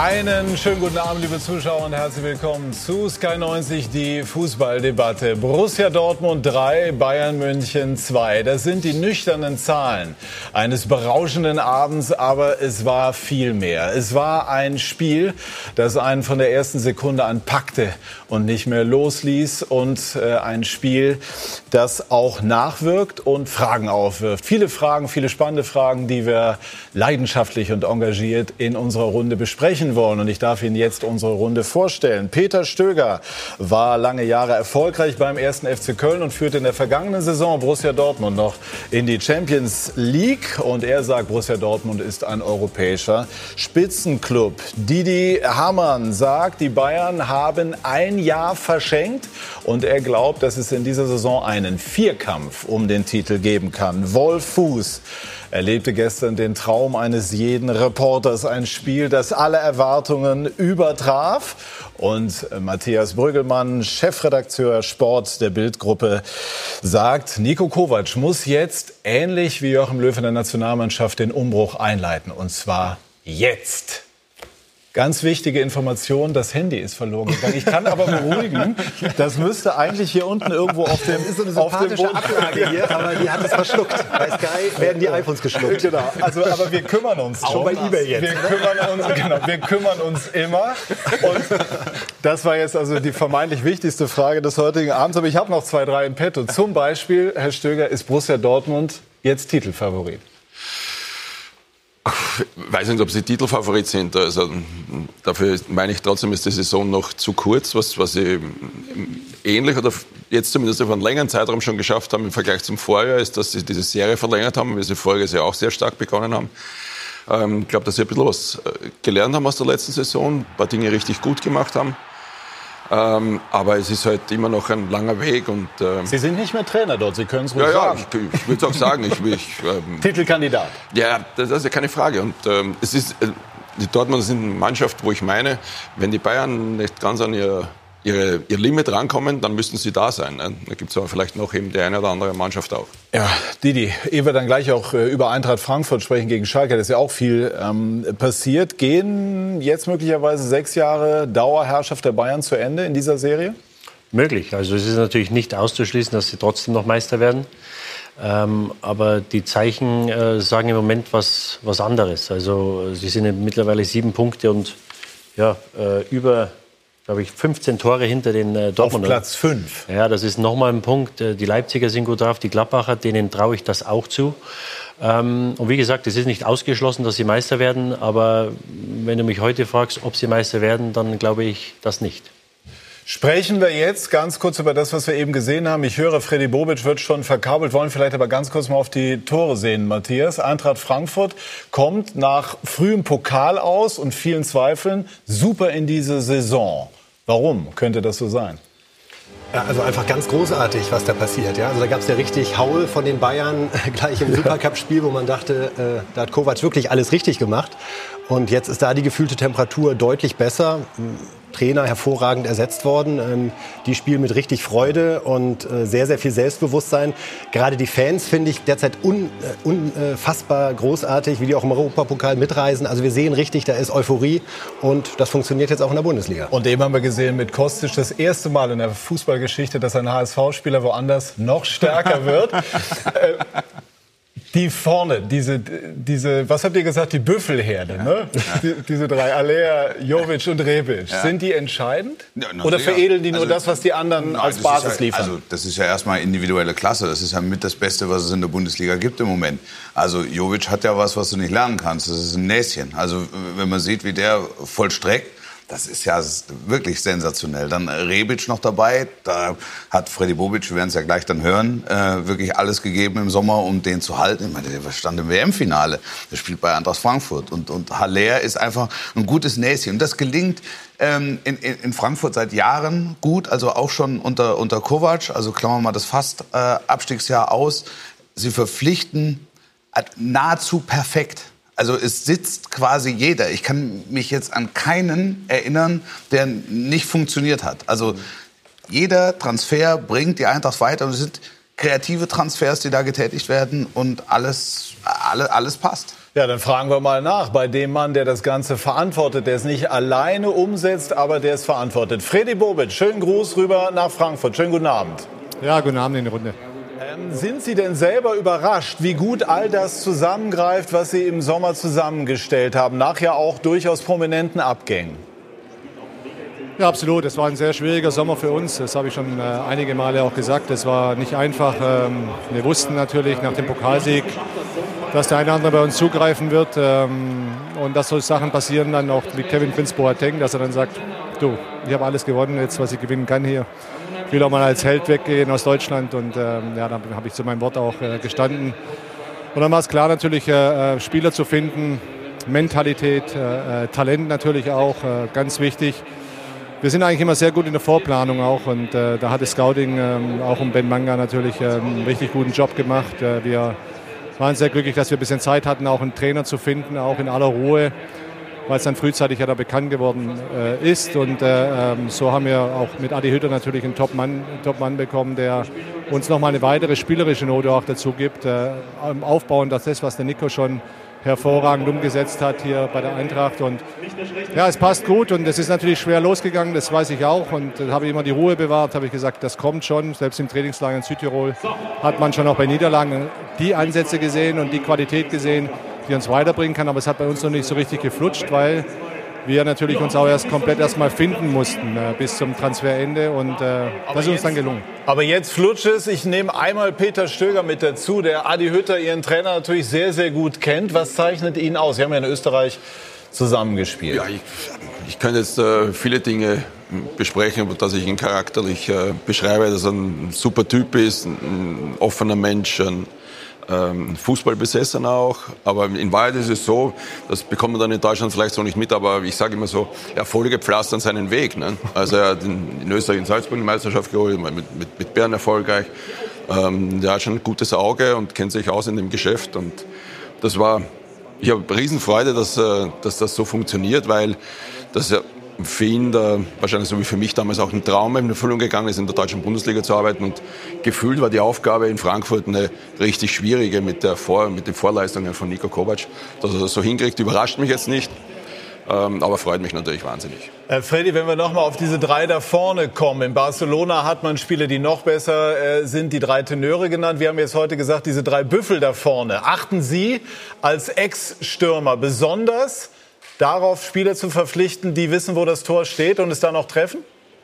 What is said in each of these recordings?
Einen schönen guten Abend, liebe Zuschauer, und herzlich willkommen zu Sky 90, die Fußballdebatte. Borussia Dortmund 3, Bayern München 2. Das sind die nüchternen Zahlen eines berauschenden Abends, aber es war viel mehr. Es war ein Spiel, das einen von der ersten Sekunde an packte und nicht mehr losließ, und ein Spiel, das auch nachwirkt und Fragen aufwirft. Viele Fragen, viele spannende Fragen, die wir leidenschaftlich und engagiert in unserer Runde besprechen wollen. Und ich darf Ihnen jetzt unsere Runde vorstellen. Peter Stöger war lange Jahre erfolgreich beim 1. FC Köln und führte in der vergangenen Saison Borussia Dortmund noch in die Champions League. Und er sagt, Borussia Dortmund ist ein europäischer Spitzenclub. Didi Hamann sagt, die Bayern haben ein Jahr verschenkt. Und er glaubt, dass es in dieser Saison einen Vierkampf um den Titel geben kann. Wolf Fuß erlebte gestern den Traum eines jeden Reporters. Ein Spiel, das alle Erwartungen übertraf. Und Matthias Brüggelmann, Chefredakteur Sport der Bild-Gruppe, sagt, Niko Kovac muss jetzt, ähnlich wie Joachim Löw in der Nationalmannschaft, den Umbruch einleiten. Und zwar jetzt. Ganz wichtige Information, das Handy ist verloren gegangen. Ich kann aber beruhigen, das müsste eigentlich hier unten irgendwo auf dem Boden. Das ist so eine sympathische Ablage hier, aber die hat es verschluckt. Bei Sky werden die iPhones geschluckt. Genau. Also, aber wir kümmern uns schon bei eBay jetzt. Wir kümmern uns immer. Und das war jetzt also die vermeintlich wichtigste Frage des heutigen Abends. Aber ich habe noch 2, 3 im Petto. Zum Beispiel, Herr Stöger, ist Borussia Dortmund jetzt Titelfavorit? Ich weiß nicht, ob sie Titelfavorit sind. Also, dafür meine ich trotzdem, ist die Saison noch zu kurz, was sie ähnlich oder jetzt zumindest über einen längeren Zeitraum schon geschafft haben im Vergleich zum Vorjahr, ist, dass sie diese Serie verlängert haben, weil sie voriges Jahr auch sehr stark begonnen haben. Ich glaube, dass sie ein bisschen was gelernt haben aus der letzten Saison, ein paar Dinge richtig gut gemacht haben. Aber es ist halt immer noch ein langer Weg. Und, Sie sind nicht mehr Trainer dort, Sie können es ruhig sagen. Ja, ich würde es auch sagen. Titelkandidat. Ja, das ist ja keine Frage. Und es ist, die Dortmunder sind eine Mannschaft, wo ich meine, wenn die Bayern nicht ganz an ihr Limit rankommen, dann müssten sie da sein. Da gibt es aber vielleicht noch eben die eine oder andere Mannschaft auch. Ja, Didi, ehe wir dann gleich auch über Eintracht Frankfurt sprechen gegen Schalke, da ist ja auch viel passiert. Gehen jetzt möglicherweise 6 Jahre Dauerherrschaft der Bayern zu Ende in dieser Serie? Möglich. Also es ist natürlich nicht auszuschließen, dass sie trotzdem noch Meister werden. Aber die Zeichen sagen im Moment was anderes. Also sie sind mittlerweile 7 Punkte und ja, über, glaube ich, 15 Tore hinter den Dortmundern. Auf Platz 5. Ja, das ist nochmal ein Punkt. Die Leipziger sind gut drauf, die Gladbacher, denen traue ich das auch zu. Und wie gesagt, es ist nicht ausgeschlossen, dass sie Meister werden. Aber wenn du mich heute fragst, ob sie Meister werden, dann glaube ich das nicht. Sprechen wir jetzt ganz kurz über das, was wir eben gesehen haben. Ich höre, Freddy Bobic wird schon verkabelt, wollen vielleicht aber ganz kurz mal auf die Tore sehen, Matthias. Eintracht Frankfurt kommt nach frühem Pokal aus und vielen Zweifeln super in diese Saison. Warum könnte das so sein? Ja, also einfach ganz großartig, was da passiert. Ja? Also da gab es ja richtig Haul von den Bayern gleich im Supercup-Spiel, wo man dachte, da hat Kovac wirklich alles richtig gemacht. Und jetzt ist da die gefühlte Temperatur deutlich besser. Trainer hervorragend ersetzt worden. Die spielen mit richtig Freude und sehr, sehr viel Selbstbewusstsein. Gerade die Fans finde ich derzeit unfassbar großartig, wie die auch im Europapokal mitreisen. Also wir sehen richtig, da ist Euphorie und das funktioniert jetzt auch in der Bundesliga. Und eben haben wir gesehen mit Kostic das erste Mal in der Fußballgeschichte, dass ein HSV-Spieler woanders noch stärker wird. Die vorne, diese, was habt ihr gesagt, die Büffelherde, ne? Diese 3, Aller, Jovic und Rebic, sind die entscheidend? Ja, oder veredeln die nur das, was die anderen als Basis liefern? Also das ist ja erstmal individuelle Klasse, das ist ja mit das Beste, was es in der Bundesliga gibt im Moment. Also Jovic hat ja was du nicht lernen kannst, das ist ein Näschen. Also wenn man sieht, wie der vollstreckt, das ist ja wirklich sensationell. Dann Rebic noch dabei, da hat Freddy Bobic, wir werden es ja gleich dann hören, wirklich alles gegeben im Sommer, um den zu halten. Ich meine, der stand im WM-Finale, der spielt bei Eintracht Frankfurt. Und Haller ist einfach ein gutes Näschen. Und das gelingt in Frankfurt seit Jahren gut, also auch schon unter Kovac. Also klammern wir mal das fast Abstiegsjahr aus. Sie verpflichten nahezu perfekt. Also es sitzt quasi jeder. Ich kann mich jetzt an keinen erinnern, der nicht funktioniert hat. Also jeder Transfer bringt die Eintracht weiter. Und es sind kreative Transfers, die da getätigt werden. Und alles passt. Ja, dann fragen wir mal nach bei dem Mann, der das Ganze verantwortet, der es nicht alleine umsetzt, aber der es verantwortet. Fredi Bobic, schönen Gruß rüber nach Frankfurt. Schönen guten Abend. Ja, guten Abend in die Runde. Sind Sie denn selber überrascht, wie gut all das zusammengreift, was Sie im Sommer zusammengestellt haben, nach ja auch durchaus prominenten Abgängen? Ja, absolut. Es war ein sehr schwieriger Sommer für uns. Das habe ich schon einige Male auch gesagt. Es war nicht einfach. Wir wussten natürlich nach dem Pokalsieg, dass der eine oder andere bei uns zugreifen wird. Und dass solche Sachen passieren dann auch wie Kevin Prince Boateng, dass er dann sagt, du, ich habe alles gewonnen, jetzt was ich gewinnen kann hier. Ich will auch mal als Held weggehen aus Deutschland. Und ja, dann habe ich zu meinem Wort auch gestanden. Und dann war es klar natürlich, Spieler zu finden, Mentalität, Talent natürlich auch, ganz wichtig. Wir sind eigentlich immer sehr gut in der Vorplanung auch und da hat das Scouting auch um Ben Manga natürlich einen richtig guten Job gemacht. Wir waren sehr glücklich, dass wir ein bisschen Zeit hatten, auch einen Trainer zu finden, auch in aller Ruhe, weil es dann frühzeitig ja da bekannt geworden ist. Und so haben wir auch mit Adi Hütter natürlich einen Top-Mann bekommen, der uns nochmal eine weitere spielerische Note auch dazu gibt, im Aufbauen, dass das, was der Nico schon hervorragend umgesetzt hat hier bei der Eintracht. Und ja, es passt gut und es ist natürlich schwer losgegangen, das weiß ich auch. Und da habe ich immer die Ruhe bewahrt, habe ich gesagt, das kommt schon. Selbst im Trainingslager in Südtirol hat man schon auch bei Niederlagen die Ansätze gesehen und die Qualität gesehen, die uns weiterbringen kann. Aber es hat bei uns noch nicht so richtig geflutscht, weil wir natürlich uns auch komplett erstmal finden mussten bis zum Transferende und das ist uns dann gelungen. Aber jetzt flutscht es. Ich nehme einmal Peter Stöger mit dazu, der Adi Hütter, Ihren Trainer, natürlich sehr, sehr gut kennt. Was zeichnet ihn aus? Sie haben ja in Österreich zusammengespielt. Ja, ich kann jetzt viele Dinge besprechen, dass ich ihn charakterlich beschreibe, dass er ein super Typ ist, ein offener Mensch, ein Fußballbesessen auch, aber in Wahrheit ist es so, das bekommt man dann in Deutschland vielleicht so nicht mit, aber ich sage immer so, Erfolge pflastern seinen Weg. Ne? Also er hat in Österreich in Salzburg die Meisterschaft geholt, mit Bern erfolgreich. Der hat schon ein gutes Auge und kennt sich aus in dem Geschäft und ich habe Riesenfreude, dass das so funktioniert, weil das ja für ihn wahrscheinlich so wie für mich damals auch ein Traum in Erfüllung gegangen ist, in der deutschen Bundesliga zu arbeiten. Und gefühlt war die Aufgabe in Frankfurt eine richtig schwierige mit den Vorleistungen von Niko Kovac. Dass er das so hinkriegt, überrascht mich jetzt nicht, aber freut mich natürlich wahnsinnig. Fredi, wenn wir nochmal auf diese drei da vorne kommen. In Barcelona hat man Spieler, die noch besser sind, die drei Tenöre genannt. Wir haben jetzt heute gesagt, diese drei Büffel da vorne. Achten Sie als Ex-Stürmer besonders darauf, Spieler zu verpflichten, die wissen, wo das Tor steht und es dann auch treffen?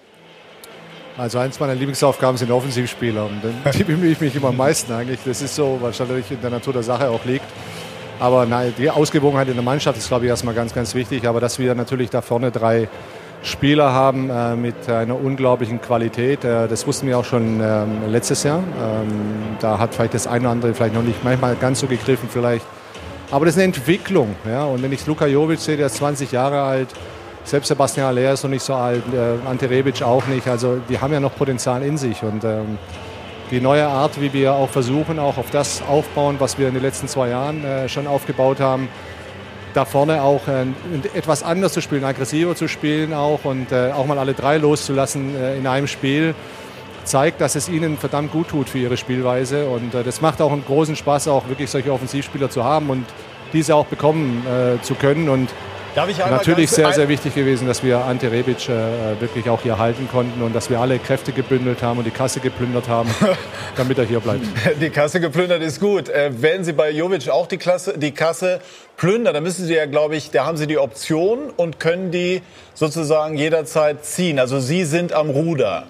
Also eins meiner Lieblingsaufgaben sind Offensivspieler. Und die bemühe ich mich immer am meisten eigentlich. Das ist so, was natürlich in der Natur der Sache auch liegt. Aber nein, die Ausgewogenheit in der Mannschaft ist, glaube ich, erstmal ganz, ganz wichtig. Aber dass wir natürlich da vorne drei Spieler haben mit einer unglaublichen Qualität, das wussten wir auch schon letztes Jahr. Da hat vielleicht das eine oder andere vielleicht noch nicht manchmal ganz so gegriffen vielleicht. Aber das ist eine Entwicklung. Ja? Und wenn ich Luka Jovic sehe, der ist 20 Jahre alt, selbst Sebastian Haller ist noch nicht so alt, Ante Rebic auch nicht. Also die haben ja noch Potenzial in sich. Und die neue Art, wie wir auch versuchen, auch auf das aufbauen, was wir in den letzten 2 Jahren schon aufgebaut haben, da vorne auch etwas anders zu spielen, aggressiver zu spielen auch und auch mal alle drei loszulassen in einem Spiel, zeigt, dass es ihnen verdammt gut tut für ihre Spielweise. Und das macht auch einen großen Spaß, auch wirklich solche Offensivspieler zu haben und diese auch bekommen zu können. Und natürlich sehr, sehr wichtig gewesen, dass wir Ante Rebic wirklich auch hier halten konnten und dass wir alle Kräfte gebündelt haben und die Kasse geplündert haben, damit er hier bleibt. Die Kasse geplündert ist gut. Werden Sie bei Jovic auch die Kasse plündern, dann müssen Sie ja, glaube ich, da haben Sie die Option und können die sozusagen jederzeit ziehen. Also Sie sind am Ruder.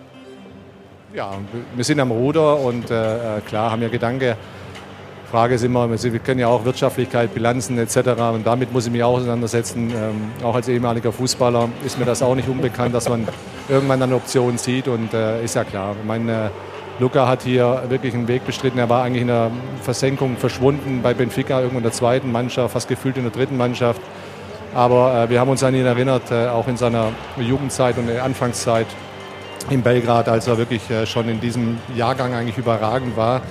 Ja, wir sind am Ruder und klar haben wir Gedanken. Frage ist immer, wir kennen ja auch Wirtschaftlichkeit, Bilanzen etc. Und damit muss ich mich auch auseinandersetzen. Auch als ehemaliger Fußballer ist mir das auch nicht unbekannt, dass man irgendwann eine Option sieht. Und ist ja klar, ich meine, Luka hat hier wirklich einen Weg bestritten. Er war eigentlich in der Versenkung verschwunden bei Benfica, irgendwo in der zweiten Mannschaft, fast gefühlt in der dritten Mannschaft. Aber wir haben uns an ihn erinnert, auch in seiner Jugendzeit und in der Anfangszeit in Belgrad, als er wirklich schon in diesem Jahrgang eigentlich überragend war.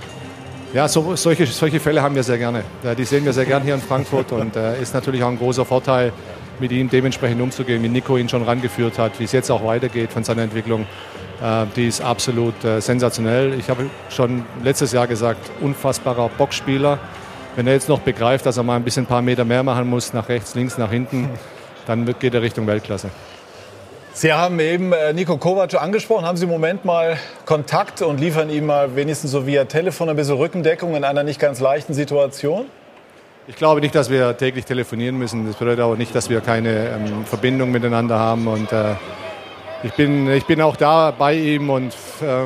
Ja, solche Fälle haben wir sehr gerne. Die sehen wir sehr gerne hier in Frankfurt und ist natürlich auch ein großer Vorteil, mit ihm dementsprechend umzugehen, wie Nico ihn schon rangeführt hat, wie es jetzt auch weitergeht von seiner Entwicklung. Die ist absolut sensationell. Ich habe schon letztes Jahr gesagt, unfassbarer Boxspieler. Wenn er jetzt noch begreift, dass er mal ein paar Meter mehr machen muss, nach rechts, links, nach hinten, dann geht er Richtung Weltklasse. Sie haben eben Niko Kovac angesprochen. Haben Sie im Moment mal Kontakt und liefern ihm mal wenigstens so via Telefon ein bisschen Rückendeckung in einer nicht ganz leichten Situation? Ich glaube nicht, dass wir täglich telefonieren müssen. Das bedeutet auch nicht, dass wir keine Verbindung miteinander haben. Und ich bin auch da bei ihm und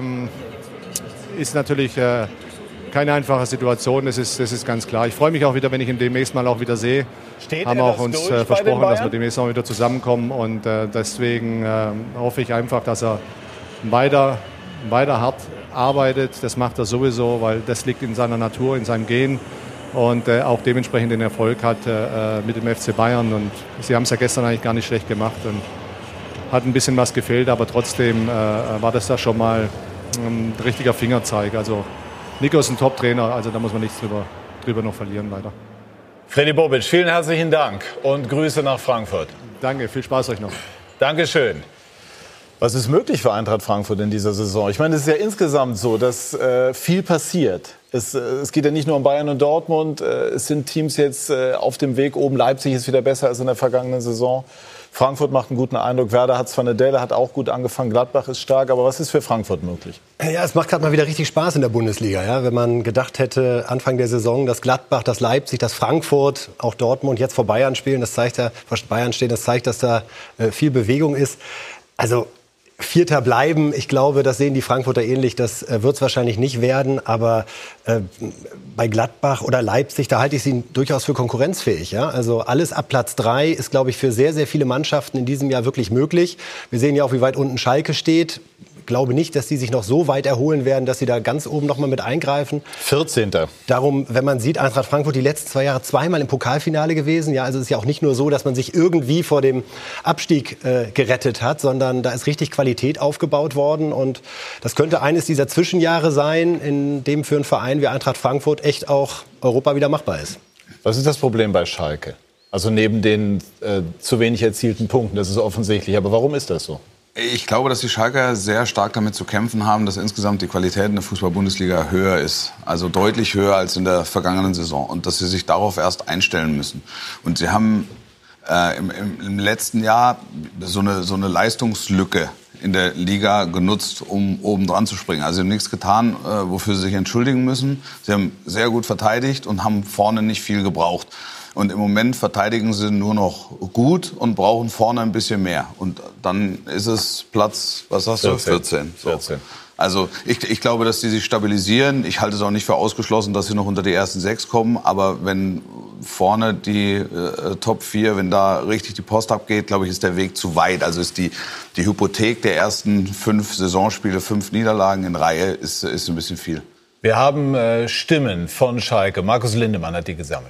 ist natürlich keine einfache Situation, das ist ganz klar. Ich freue mich auch wieder, wenn ich ihn demnächst mal auch wieder sehe. Haben auch uns versprochen, dass wir demnächst auch wieder zusammenkommen. Und deswegen hoffe ich einfach, dass er weiter hart arbeitet. Das macht er sowieso, weil das liegt in seiner Natur, in seinem Gen. Und auch dementsprechend den Erfolg hat mit dem FC Bayern. Und sie haben es ja gestern eigentlich gar nicht schlecht gemacht. Und hat ein bisschen was gefehlt, aber trotzdem war das da schon mal ein richtiger Fingerzeig. Also Nico ist ein Top-Trainer, also da muss man nichts drüber noch verlieren, leider. Fredi Bobic, vielen herzlichen Dank und Grüße nach Frankfurt. Danke, viel Spaß euch noch. Dankeschön. Was ist möglich für Eintracht Frankfurt in dieser Saison? Ich meine, es ist ja insgesamt so, dass viel passiert. Es geht ja nicht nur um Bayern und Dortmund. Es sind Teams jetzt auf dem Weg oben. Leipzig ist wieder besser als in der vergangenen Saison. Frankfurt macht einen guten Eindruck. Werder hat zwar eine Delle, hat auch gut angefangen. Gladbach ist stark. Aber was ist für Frankfurt möglich? Ja, es macht gerade mal wieder richtig Spaß in der Bundesliga. Ja? Wenn man gedacht hätte, Anfang der Saison, dass Gladbach, dass Leipzig, dass Frankfurt, auch Dortmund jetzt vor Bayern spielen, das zeigt ja, vor Bayern stehen, das zeigt, dass da viel Bewegung ist. Also Vierter bleiben, ich glaube, das sehen die Frankfurter ähnlich. Das wird es wahrscheinlich nicht werden. Aber bei Gladbach oder Leipzig, da halte ich sie durchaus für konkurrenzfähig. Ja? Also alles ab Platz 3 ist, glaube ich, für sehr, sehr viele Mannschaften in diesem Jahr wirklich möglich. Wir sehen ja auch, wie weit unten Schalke steht. Ich glaube nicht, dass die sich noch so weit erholen werden, dass sie da ganz oben noch mal mit eingreifen. 14. Darum, wenn man sieht, Eintracht Frankfurt die letzten 2 Jahre zweimal im Pokalfinale gewesen. Ja, also es ist ja auch nicht nur so, dass man sich irgendwie vor dem Abstieg gerettet hat, sondern da ist richtig Qualität aufgebaut worden. Und das könnte eines dieser Zwischenjahre sein, in dem für einen Verein wie Eintracht Frankfurt echt auch Europa wieder machbar ist. Was ist das Problem bei Schalke? Also neben den zu wenig erzielten Punkten, das ist offensichtlich. Aber warum ist das so? Ich glaube, dass die Schalker sehr stark damit zu kämpfen haben, dass insgesamt die Qualität in der Fußball-Bundesliga höher ist. Also deutlich höher als in der vergangenen Saison. Und dass sie sich darauf erst einstellen müssen. Und sie haben im letzten Jahr so eine Leistungslücke in der Liga genutzt, um oben dran zu springen. Also sie haben nichts getan, wofür sie sich entschuldigen müssen. Sie haben sehr gut verteidigt und haben vorne nicht viel gebraucht. Und im Moment verteidigen sie nur noch gut und brauchen vorne ein bisschen mehr. Und dann ist es Platz, was sagst du? 14. So. 14. Also ich glaube, dass die sich stabilisieren. Ich halte es auch nicht für ausgeschlossen, dass sie noch unter die ersten 6 kommen. Aber wenn vorne die Top 4, wenn da richtig die Post abgeht, glaube ich, ist der Weg zu weit. Also ist die Hypothek der ersten 5 Saisonspiele, 5 Niederlagen in Reihe, ist ein bisschen viel. Wir haben Stimmen von Schalke. Markus Lindemann hat die gesammelt.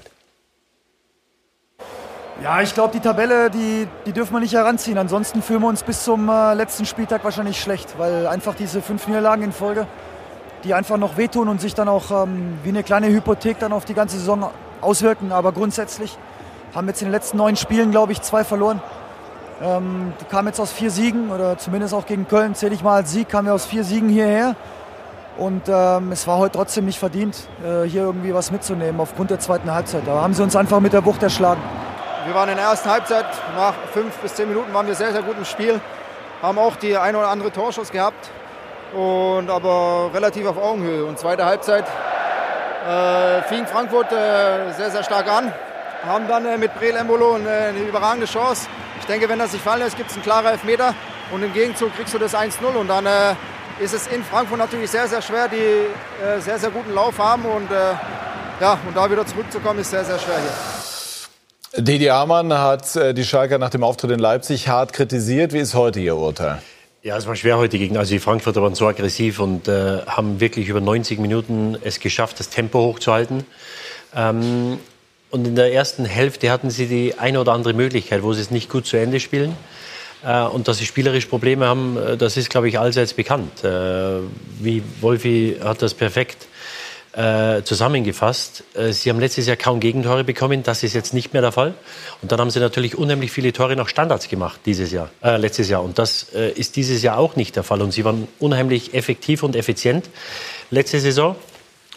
Ja, ich glaube, die Tabelle, die dürfen wir nicht heranziehen. Ansonsten fühlen wir uns bis zum letzten Spieltag wahrscheinlich schlecht, weil einfach diese 5 Niederlagen in Folge, die einfach noch wehtun und sich dann auch wie eine kleine Hypothek dann auf die ganze Saison auswirken. Aber grundsätzlich haben wir jetzt in den letzten 9 Spielen, glaube ich, 2 verloren. Die kamen jetzt aus 4 Siegen, oder zumindest auch gegen Köln, zähle ich mal als Sieg, kamen wir aus 4 Siegen hierher. Und es war heute trotzdem nicht verdient, hier irgendwie was mitzunehmen aufgrund der zweiten Halbzeit. Da haben sie uns einfach mit der Wucht erschlagen. Wir waren in der ersten Halbzeit, nach 5 bis 10 Minuten waren wir sehr, sehr gut im Spiel. Haben auch die ein oder andere Torschuss gehabt, aber relativ auf Augenhöhe. Und zweite Halbzeit fing Frankfurt sehr, sehr stark an. Haben dann mit Breel Embolo eine überragende Chance. Ich denke, wenn das sich fallen lässt, gibt es einen klaren Elfmeter. Und im Gegenzug kriegst du das 1-0. Und dann ist es in Frankfurt natürlich sehr, sehr schwer, die sehr, sehr guten Lauf haben. Und da wieder zurückzukommen, ist sehr, sehr schwer hier. Didi Hamann hat die Schalker nach dem Auftritt in Leipzig hart kritisiert. Wie ist heute Ihr Urteil? Ja, es war schwer heute gegen. Also die Frankfurter waren so aggressiv und haben wirklich über 90 Minuten es geschafft, das Tempo hochzuhalten. Und in der ersten Hälfte hatten sie die eine oder andere Möglichkeit, wo sie es nicht gut zu Ende spielen. Und dass sie spielerisch Probleme haben, das ist, glaube ich, allseits bekannt. Wie Wolfi hat das perfekt zusammengefasst. Sie haben letztes Jahr kaum Gegentore bekommen, das ist jetzt nicht mehr der Fall. Und dann haben sie natürlich unheimlich viele Tore nach Standards gemacht letztes Jahr. Und das ist dieses Jahr auch nicht der Fall. Und sie waren unheimlich effektiv und effizient letzte Saison.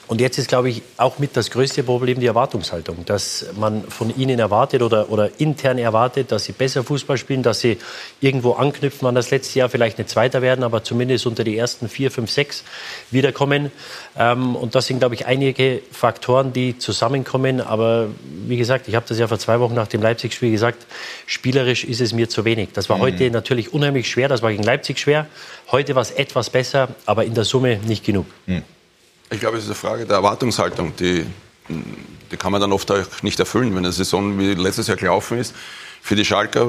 Und jetzt ist, glaube ich, auch mit das größte Problem die Erwartungshaltung, dass man von ihnen erwartet oder intern erwartet, dass sie besser Fußball spielen, dass sie irgendwo anknüpfen an das letzte Jahr, vielleicht nicht Zweiter werden, aber zumindest unter die ersten 4, 5, 6 wiederkommen. Und das sind, glaube ich, einige Faktoren, die zusammenkommen. Aber wie gesagt, ich habe das ja vor 2 Wochen nach dem Leipzig-Spiel gesagt, spielerisch ist es mir zu wenig. Das war heute natürlich unheimlich schwer, das war gegen Leipzig schwer. Heute war es etwas besser, aber in der Summe nicht genug. Ich glaube, es ist eine Frage der Erwartungshaltung. Die kann man dann oft auch nicht erfüllen, wenn eine Saison wie letztes Jahr gelaufen ist. Für die Schalker,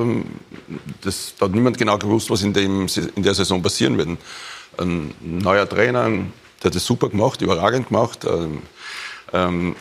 da hat niemand genau gewusst, was in der Saison passieren wird. Ein neuer Trainer, der hat das super gemacht, überragend gemacht. Und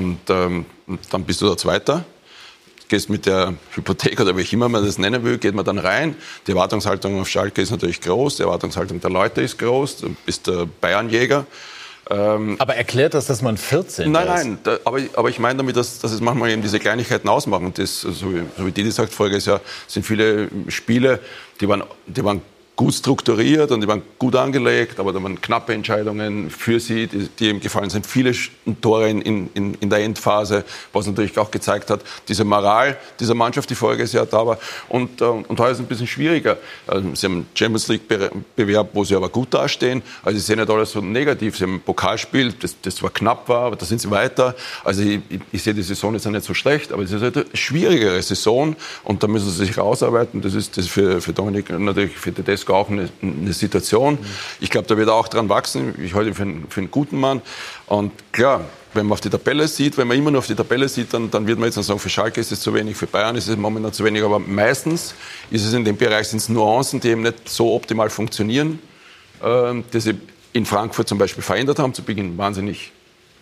dann bist du der Zweiter. Gehst mit der Hypothek oder wie ich immer man das nennen will, geht man dann rein. Die Erwartungshaltung auf Schalke ist natürlich groß, die Erwartungshaltung der Leute ist groß. Du bist der Bayernjäger. Aber erklärt das, dass man 14 ist? Nein, aber ich meine damit, dass es manchmal eben diese Kleinigkeiten ausmachen. Und das, so wie Didi sagt, voriges Jahr sind viele Spiele, die waren gut strukturiert und die waren gut angelegt, aber da waren knappe Entscheidungen für sie, die ihm gefallen sind. Viele Tore in der Endphase, was natürlich auch gezeigt hat, diese Moral dieser Mannschaft, die voriges Jahr da war. Und heute ist es ein bisschen schwieriger. Sie haben einen Champions League-Bewerb, wo sie aber gut dastehen. Also sie sehen nicht alles so negativ. Sie haben ein Pokalspiel, das zwar knapp war, aber da sind sie weiter. Also ich sehe die Saison jetzt auch nicht so schlecht, aber es ist halt eine schwierigere Saison und da müssen sie sich rausarbeiten. Das ist für Dominik natürlich, für Tedesco auch eine Situation. Ich glaube, da wird er auch dran wachsen. Ich halte ihn für einen guten Mann. Und klar, wenn man auf die Tabelle sieht, wenn man immer nur auf die Tabelle sieht, dann wird man jetzt noch sagen, für Schalke ist es zu wenig, für Bayern ist es momentan zu wenig. Aber meistens ist es in dem Bereich, sind es Nuancen, die eben nicht so optimal funktionieren, die sie in Frankfurt zum Beispiel verändert haben, zu Beginn wahnsinnig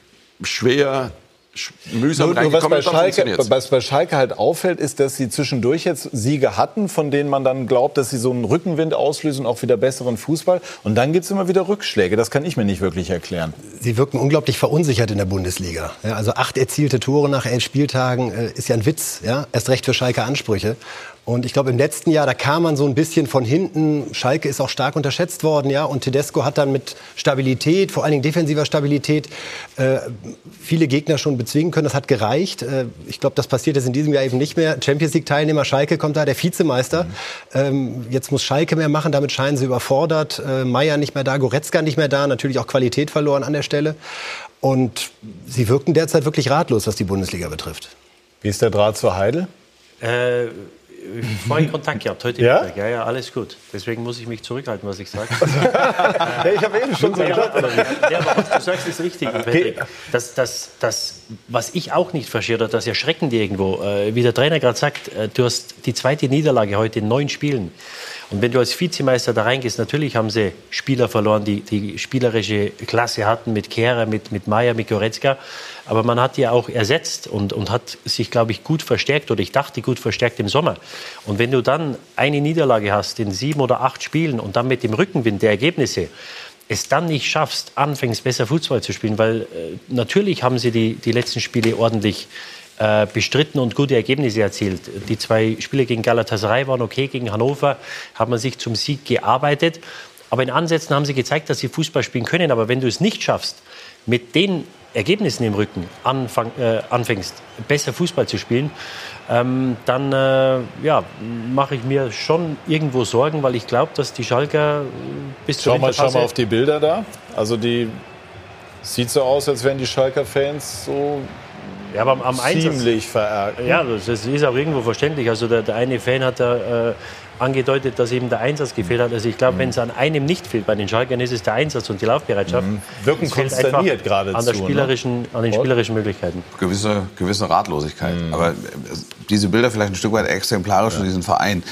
schwer, mühsam reingekommen. Was bei Schalke halt auffällt, ist, dass sie zwischendurch jetzt Siege hatten, von denen man dann glaubt, dass sie so einen Rückenwind auslösen, auch wieder besseren Fußball. Und dann gibt es immer wieder Rückschläge. Das kann ich mir nicht wirklich erklären. Sie wirken unglaublich verunsichert in der Bundesliga. Ja, also 8 erzielte Tore nach 11 Spieltagen ist ja ein Witz. Ja? Erst recht für Schalke Ansprüche. Und ich glaube, im letzten Jahr, da kam man so ein bisschen von hinten. Schalke ist auch stark unterschätzt worden, ja. Und Tedesco hat dann mit Stabilität, vor allen Dingen defensiver Stabilität, viele Gegner schon bezwingen können. Das hat gereicht. Ich glaube, das passiert jetzt in diesem Jahr eben nicht mehr. Champions League-Teilnehmer, Schalke kommt da, der Vizemeister. Jetzt muss Schalke mehr machen, damit scheinen sie überfordert. Meier nicht mehr da, Goretzka nicht mehr da. Natürlich auch Qualität verloren an der Stelle. Und sie wirken derzeit wirklich ratlos, was die Bundesliga betrifft. Wie ist der Draht zur Heidel? Vorhin Kontakt gehabt, heute Mittag. Ja, alles gut. Deswegen muss ich mich zurückhalten, was ich sage. Ich habe eben schon so gedacht. Aber was du sagst, ist richtig. Okay. Das, was ich auch nicht verstehe, das ist erschreckend irgendwo. Wie der Trainer gerade sagt, du hast die zweite Niederlage heute in 9 Spielen. Und wenn du als Vizemeister da reingehst, natürlich haben sie Spieler verloren, die spielerische Klasse hatten, mit Kehrer, mit Meier, mit Goretzka. Aber man hat die auch ersetzt und hat sich, glaube ich, gut verstärkt, oder ich dachte gut verstärkt im Sommer. Und wenn du dann eine Niederlage hast in 7 oder 8 Spielen und dann mit dem Rückenwind der Ergebnisse es dann nicht schaffst, anfängst besser Fußball zu spielen, weil natürlich haben sie die letzten Spiele ordentlich bestritten und gute Ergebnisse erzielt. Die 2 Spiele gegen Galatasaray waren okay, gegen Hannover hat man sich zum Sieg gearbeitet. Aber in Ansätzen haben sie gezeigt, dass sie Fußball spielen können. Aber wenn du es nicht schaffst, mit den Ergebnissen im Rücken anfängst, besser Fußball zu spielen, dann mache ich mir schon irgendwo Sorgen, weil ich glaube, dass die Schalker bis zur Winterpause... Schau mal auf die Bilder da. Also die sieht so aus, als wären die Schalker-Fans so... Ja, aber am ziemlich verärgert. Ja, das ist auch irgendwo verständlich. Also der eine Fan hat da angedeutet, dass eben der Einsatz gefehlt hat. Also ich glaube, wenn es an einem nicht fehlt bei den Schalkern, ist es der Einsatz und die Laufbereitschaft. Wirken konsterniert geradezu. An den spielerischen Möglichkeiten. Gewisse Ratlosigkeit. Aber diese Bilder vielleicht ein Stück weit exemplarisch für diesen Verein,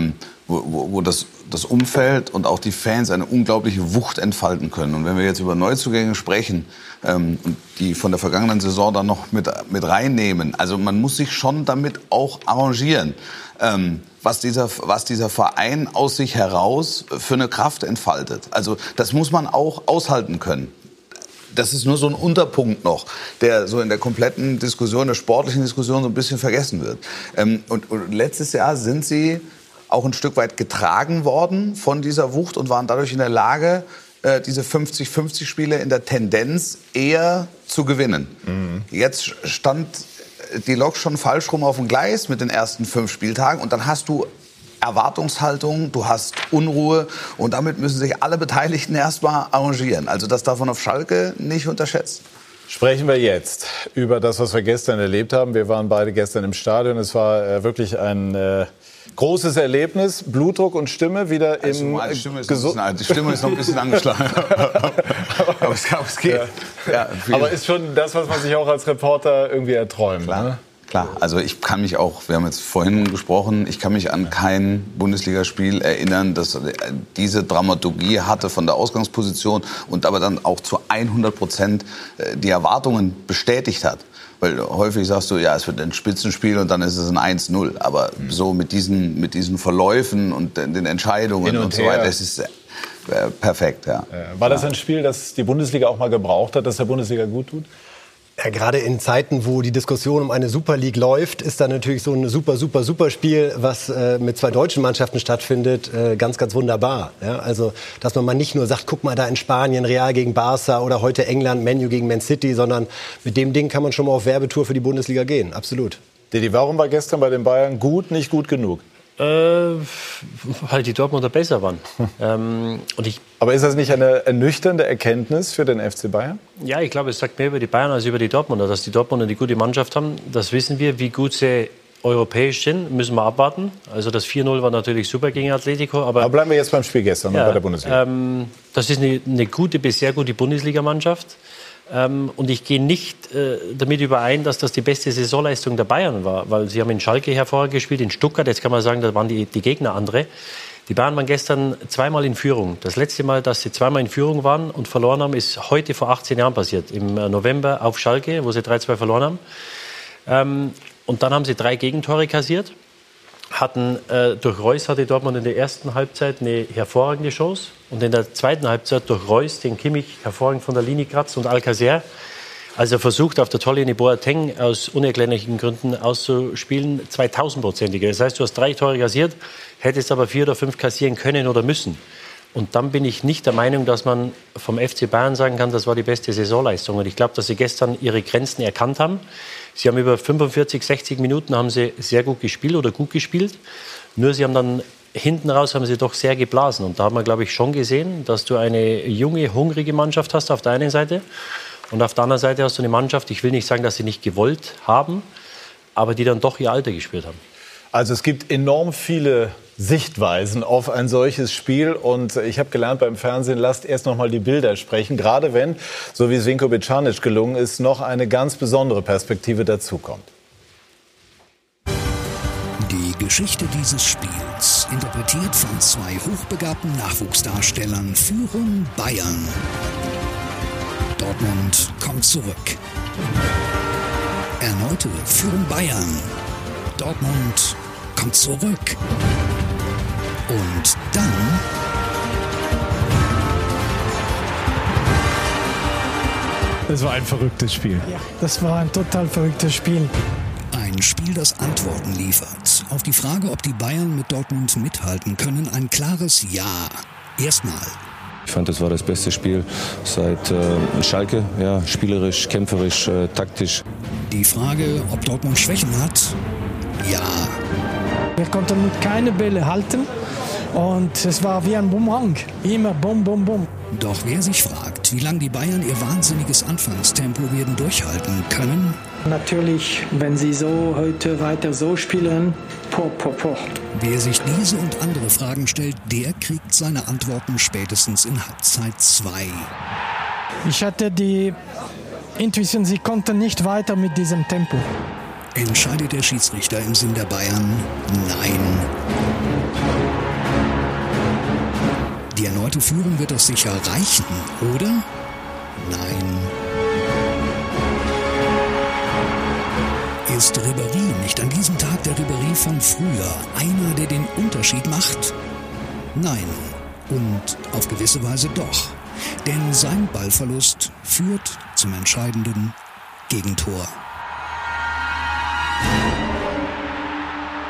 wo das Umfeld und auch die Fans eine unglaubliche Wucht entfalten können. Und wenn wir jetzt über Neuzugänge sprechen, die von der vergangenen Saison dann noch mit reinnehmen, also man muss sich schon damit auch arrangieren, was dieser Verein aus sich heraus für eine Kraft entfaltet. Also das muss man auch aushalten können. Das ist nur so ein Unterpunkt noch, der so in der kompletten Diskussion, der sportlichen Diskussion so ein bisschen vergessen wird. Und letztes Jahr sind sie auch ein Stück weit getragen worden von dieser Wucht und waren dadurch in der Lage, diese 50-50-Spiele in der Tendenz eher zu gewinnen. Jetzt stand die Lok schon falsch rum auf dem Gleis mit den ersten 5 Spieltagen und dann hast du Erwartungshaltung, du hast Unruhe und damit müssen sich alle Beteiligten erstmal arrangieren. Also das darf man auf Schalke nicht unterschätzen. Sprechen wir jetzt über das, was wir gestern erlebt haben. Wir waren beide gestern im Stadion. Es war wirklich ein großes Erlebnis. Blutdruck und Stimme wieder im... Die Stimme ist noch ein bisschen angeschlagen. Aber es geht. Ja, aber ist schon das, was man sich auch als Reporter irgendwie erträumt. Klar. Ne? Klar, also ich kann mich auch, wir haben jetzt vorhin gesprochen, ich kann mich an kein Bundesligaspiel erinnern, das diese Dramaturgie hatte von der Ausgangsposition und aber dann auch zu 100% die Erwartungen bestätigt hat. Weil häufig sagst du, ja, es wird ein Spitzenspiel und dann ist es ein 1-0. Aber so mit diesen Verläufen und den Entscheidungen und so weiter, das ist perfekt. Ja. War das ein Spiel, das die Bundesliga auch mal gebraucht hat, das der Bundesliga gut tut? Ja, gerade in Zeiten, wo die Diskussion um eine Super League läuft, ist da natürlich so ein super Spiel, was mit 2 deutschen Mannschaften stattfindet, ganz, ganz wunderbar. Ja, also, dass man mal nicht nur sagt, guck mal da in Spanien, Real gegen Barca oder heute England, Man U gegen Man City, sondern mit dem Ding kann man schon mal auf Werbetour für die Bundesliga gehen. Absolut. Didi, warum war gestern bei den Bayern gut, nicht gut genug? Weil die Dortmunder besser waren. Aber ist das nicht eine ernüchternde Erkenntnis für den FC Bayern? Ja, ich glaube, es sagt mehr über die Bayern als über die Dortmunder. Dass die Dortmunder eine gute Mannschaft haben, das wissen wir. Wie gut sie europäisch sind, müssen wir abwarten. Also das 4-0 war natürlich super gegen Atletico. Aber bleiben wir jetzt beim Spiel gestern bei der Bundesliga. Das ist eine gute bis sehr gute Bundesligamannschaft. Und ich gehe nicht damit überein, dass das die beste Saisonleistung der Bayern war. Weil sie haben in Schalke hervorragend gespielt, in Stuttgart, jetzt kann man sagen, da waren die Gegner andere. Die Bayern waren gestern 2-mal in Führung. Das letzte Mal, dass sie 2-mal in Führung waren und verloren haben, ist heute vor 18 Jahren passiert. Im November auf Schalke, wo sie 3-2 verloren haben. Und dann haben sie 3 Gegentore kassiert. Durch Reus hatte Dortmund in der ersten Halbzeit eine hervorragende Chance. Und in der zweiten Halbzeit durch Reus, den Kimmich hervorragend von der Linie kratzt und Alcacer. Also versucht auf der Torlinie Boateng aus unerklärlichen Gründen auszuspielen, 2000-prozentige. Das heißt, du hast 3 Tore kassiert, hättest aber 4 oder 5 kassieren können oder müssen. Und dann bin ich nicht der Meinung, dass man vom FC Bayern sagen kann, das war die beste Saisonleistung. Und ich glaube, dass sie gestern ihre Grenzen erkannt haben. Sie haben über 45, 60 Minuten haben sie sehr gut gespielt oder gut gespielt. Nur sie haben dann hinten raus haben sie doch sehr geblasen. Und da haben wir, glaube ich, schon gesehen, dass du eine junge, hungrige Mannschaft hast auf der einen Seite. Und auf der anderen Seite hast du eine Mannschaft, ich will nicht sagen, dass sie nicht gewollt haben, aber die dann doch ihr Alter gespürt haben. Also es gibt enorm viele Sichtweisen auf ein solches Spiel. Und ich habe gelernt beim Fernsehen, lasst erst noch mal die Bilder sprechen. Gerade wenn, so wie es Vinko Bicanic gelungen ist, noch eine ganz besondere Perspektive dazukommt. Die Geschichte dieses Spiels, interpretiert von 2 hochbegabten Nachwuchsdarstellern, führen Bayern. Dortmund kommt zurück. Erneute führen Bayern. Dortmund kommt zurück. Und dann... Das war ein verrücktes Spiel. Ja, das war ein total verrücktes Spiel. Ein Spiel, das Antworten liefert. Auf die Frage, ob die Bayern mit Dortmund mithalten können, ein klares Ja. Erstmal. Ich fand, das war das beste Spiel seit Schalke. Ja, spielerisch, kämpferisch, taktisch. Die Frage, ob Dortmund Schwächen hat? Ja. Wir konnten keine Bälle halten und es war wie ein Bumerang. Immer bum, bum, bum. Doch wer sich fragt, wie lange die Bayern ihr wahnsinniges Anfangstempo werden durchhalten können? Natürlich, wenn sie so heute weiter so spielen, Wer sich diese und andere Fragen stellt, der kriegt seine Antworten spätestens in Halbzeit 2. Ich hatte die Intuition, sie konnten nicht weiter mit diesem Tempo. Entscheidet der Schiedsrichter im Sinn der Bayern? Nein. Die erneute Führung wird doch sicher reichen, oder? Nein. Ist Ribéry nicht an diesem Tag der Ribéry von früher einer, der den Unterschied macht? Nein. Und auf gewisse Weise doch. Denn sein Ballverlust führt zum entscheidenden Gegentor.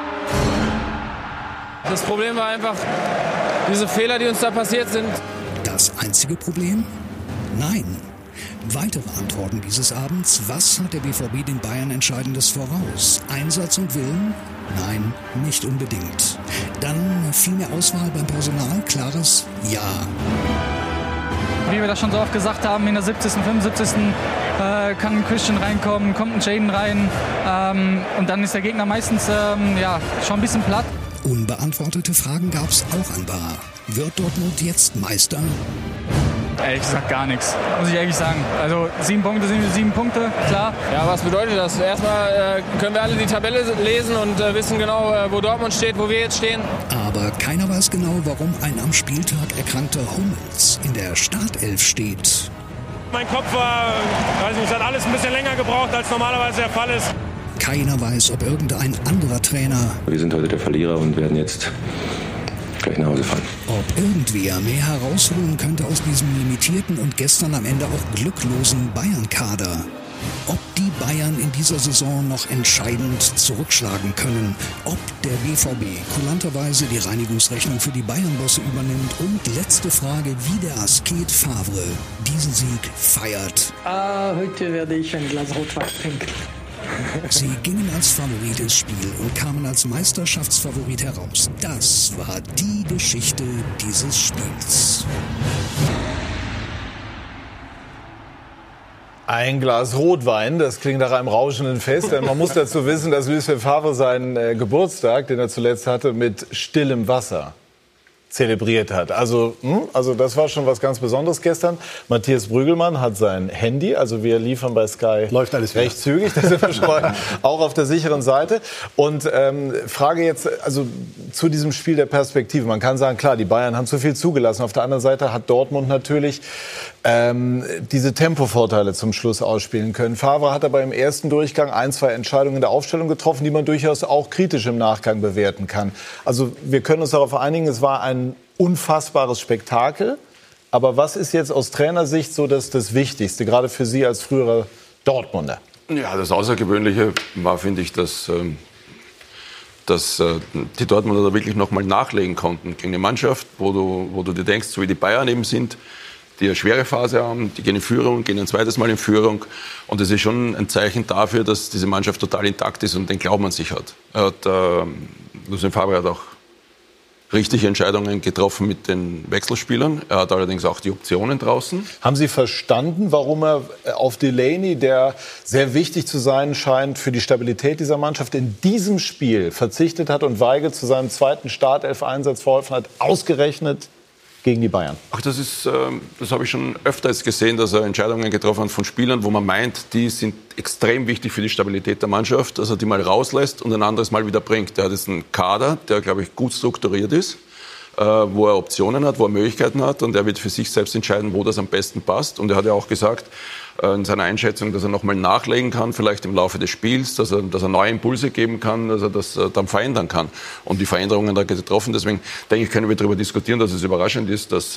Das Problem war einfach diese Fehler, die uns da passiert sind. Das das einzige Problem? Nein. Weitere Antworten dieses Abends. Was hat der BVB den Bayern Entscheidendes voraus? Einsatz und Willen? Nein, nicht unbedingt. Dann viel mehr Auswahl beim Personal? Klares Ja. Wie wir das schon so oft gesagt haben, in der 70., 75. kann ein Christian reinkommen, kommt ein Jadon rein und dann ist der Gegner meistens schon ein bisschen platt. Unbeantwortete Fragen gab es auch ein paar. Wird Dortmund jetzt Meister? Ehrlich gesagt gar nichts, muss ich ehrlich sagen. Also 7 Punkte sind 7 Punkte, klar. Ja, was bedeutet das? Erstmal können wir alle die Tabelle lesen und wissen genau, wo Dortmund steht, wo wir jetzt stehen. Aber keiner weiß genau, warum ein am Spieltag erkrankter Hummels in der Startelf steht. Mein Kopf war, es hat alles ein bisschen länger gebraucht, als normalerweise der Fall ist. Keiner weiß, ob irgendein anderer Trainer... Wir sind heute der Verlierer und werden jetzt gleich nach Hause fahren. Ob irgendwer mehr herausholen könnte aus diesem limitierten und gestern am Ende auch glücklosen Bayern-Kader. Ob die Bayern in dieser Saison noch entscheidend zurückschlagen können. Ob der BVB kulanterweise die Reinigungsrechnung für die Bayern-Bosse übernimmt. Und letzte Frage, wie der Asket Favre diesen Sieg feiert. Heute werde ich ein Glas Rotwein trinken. Sie gingen als Favorit ins Spiel und kamen als Meisterschaftsfavorit heraus. Das war die Geschichte dieses Spiels. Ein Glas Rotwein, das klingt nach einem rauschenden Fest. Denn man muss dazu wissen, dass Lucien Favre seinen Geburtstag, den er zuletzt hatte, mit stillem Wasser zelebriert hat. Also das war schon was ganz Besonderes gestern. Matthias Brügelmann hat sein Handy, also wir liefern bei Sky läuft alles recht zügig, da sind wir schon mal auch auf der sicheren Seite. Und frage jetzt also zu diesem Spiel der Perspektive. Man kann sagen, klar, die Bayern haben zu viel zugelassen. Auf der anderen Seite hat Dortmund natürlich diese Tempovorteile zum Schluss ausspielen können. Favre hat aber im ersten Durchgang 1, 2 Entscheidungen in der Aufstellung getroffen, die man durchaus auch kritisch im Nachgang bewerten kann. Also wir können uns darauf einigen, es war ein unfassbares Spektakel. Aber was ist jetzt aus Trainersicht so das Wichtigste, gerade für Sie als früherer Dortmunder? Ja, das Außergewöhnliche war, finde ich, dass die Dortmunder da wirklich noch mal nachlegen konnten gegen eine Mannschaft, wo du dir denkst, so wie die Bayern eben sind, die eine schwere Phase haben, die gehen in Führung, gehen ein zweites Mal in Führung. Und das ist schon ein Zeichen dafür, dass diese Mannschaft total intakt ist und den Glauben an sich hat. Lucien Favre hat auch richtige Entscheidungen getroffen mit den Wechselspielern. Er hat allerdings auch die Optionen draußen. Haben Sie verstanden, warum er auf Delaney, der sehr wichtig zu sein scheint für die Stabilität dieser Mannschaft, in diesem Spiel verzichtet hat und Weigl zu seinem zweiten Startelf-Einsatz verholfen hat, ausgerechnet gegen die Bayern? Ach, das habe ich schon öfters gesehen, dass er Entscheidungen getroffen hat von Spielern, wo man meint, die sind extrem wichtig für die Stabilität der Mannschaft, dass er die mal rauslässt und ein anderes Mal wieder bringt. Der hat jetzt einen Kader, der, glaube ich, gut strukturiert ist, wo er Optionen hat, wo er Möglichkeiten hat und er wird für sich selbst entscheiden, wo das am besten passt. Und er hat ja auch gesagt in seiner Einschätzung, dass er nochmal nachlegen kann, vielleicht im Laufe des Spiels, dass er neue Impulse geben kann, dass er das dann verändern kann. Und die Veränderungen da getroffen. Deswegen denke ich, können wir darüber diskutieren, dass es überraschend ist, dass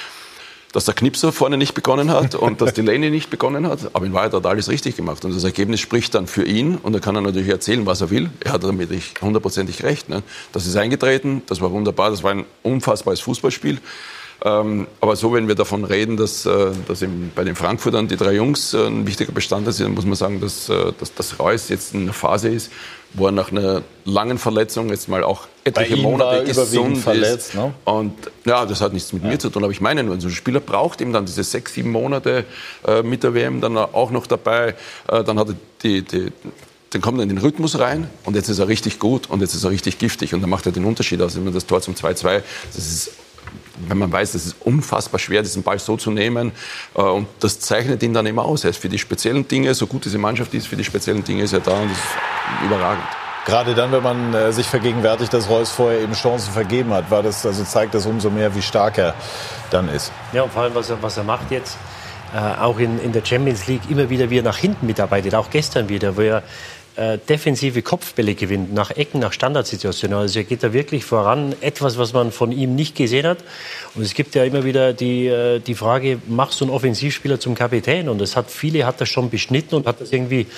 der Knipser vorne nicht begonnen hat und dass Delaney nicht begonnen hat. Aber in Wahrheit hat er alles richtig gemacht. Und das Ergebnis spricht dann für ihn. Und da kann er natürlich erzählen, was er will. Er hat damit hundertprozentig recht. Ne? Das ist eingetreten, das war wunderbar, das war ein unfassbares Fußballspiel. Aber so, wenn wir davon reden, dass bei den Frankfurtern die 3 Jungs ein wichtiger Bestandteil sind, dann muss man sagen, dass Reus jetzt in einer Phase ist, wo er nach einer langen Verletzung jetzt mal auch etliche Monate gesund ist. Ne? Und ja, das hat nichts mit mir zu tun, aber ich meine nur, so ein Spieler braucht eben dann diese 6, 7 Monate mit der WM dann auch noch dabei. Dann hat er dann kommt er in den Rhythmus rein und jetzt ist er richtig gut und jetzt ist er richtig giftig und dann macht er den Unterschied aus. Wenn man das Tor zum 2-2, das ist, wenn man weiß, es ist unfassbar schwer, diesen Ball so zu nehmen. Und das zeichnet ihn dann immer aus. Er ist für die speziellen Dinge, so gut diese Mannschaft ist, für die speziellen Dinge ist er da und das ist überragend. Gerade dann, wenn man sich vergegenwärtigt, dass Reus vorher eben Chancen vergeben hat, zeigt das umso mehr, wie stark er dann ist. Ja, und vor allem, was er macht jetzt, auch in der Champions League, immer wieder, wie er nach hinten mitarbeitet, auch gestern wieder, wo er defensive Kopfbälle gewinnt, nach Ecken, nach Standardsituationen. Also er geht da wirklich voran, etwas, was man von ihm nicht gesehen hat. Und es gibt ja immer wieder die Frage, machst du einen Offensivspieler zum Kapitän? Und viele hat er schon beschnitten und hat das irgendwie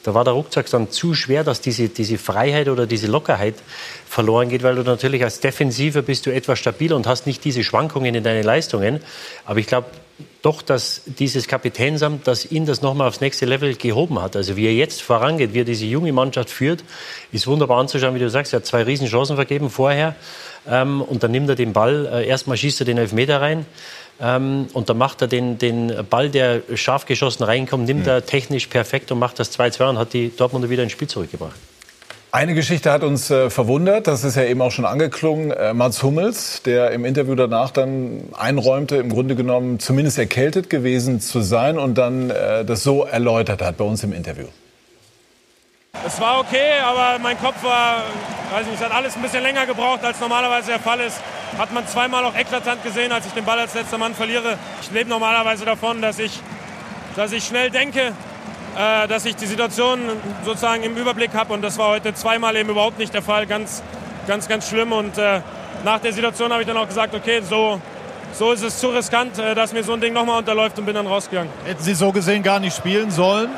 da war der Rucksack dann zu schwer, dass diese Freiheit oder diese Lockerheit verloren geht, weil du natürlich als Defensiver bist du etwas stabiler und hast nicht diese Schwankungen in deinen Leistungen. Aber ich glaube doch, dass dieses Kapitänsamt, dass ihn das nochmal aufs nächste Level gehoben hat. Also wie er jetzt vorangeht, wie er diese junge Mannschaft führt, ist wunderbar anzuschauen, wie du sagst. Er hat 2 Riesenchancen vergeben vorher. Und dann nimmt er den Ball, erstmal schießt er den Elfmeter rein. Und dann macht er den Ball, der scharf geschossen reinkommt, nimmt er technisch perfekt und macht das 2-2 und hat die Dortmunder wieder ins Spiel zurückgebracht. Eine Geschichte hat uns verwundert, das ist ja eben auch schon angeklungen. Mats Hummels, der im Interview danach dann einräumte, im Grunde genommen zumindest erkältet gewesen zu sein und dann das so erläutert hat bei uns im Interview. Es war okay, aber mein Kopf war, weiß nicht, es hat alles ein bisschen länger gebraucht, als normalerweise der Fall ist. Hat man zweimal auch eklatant gesehen, als ich den Ball als letzter Mann verliere. Ich lebe normalerweise davon, dass ich schnell denke, dass ich die Situation sozusagen im Überblick habe. Und das war heute zweimal eben überhaupt nicht der Fall. Ganz schlimm. Und nach der Situation habe ich dann auch gesagt, okay, so ist es zu riskant, dass mir so ein Ding nochmal unterläuft und bin dann rausgegangen. Hätten Sie so gesehen gar nicht spielen sollen?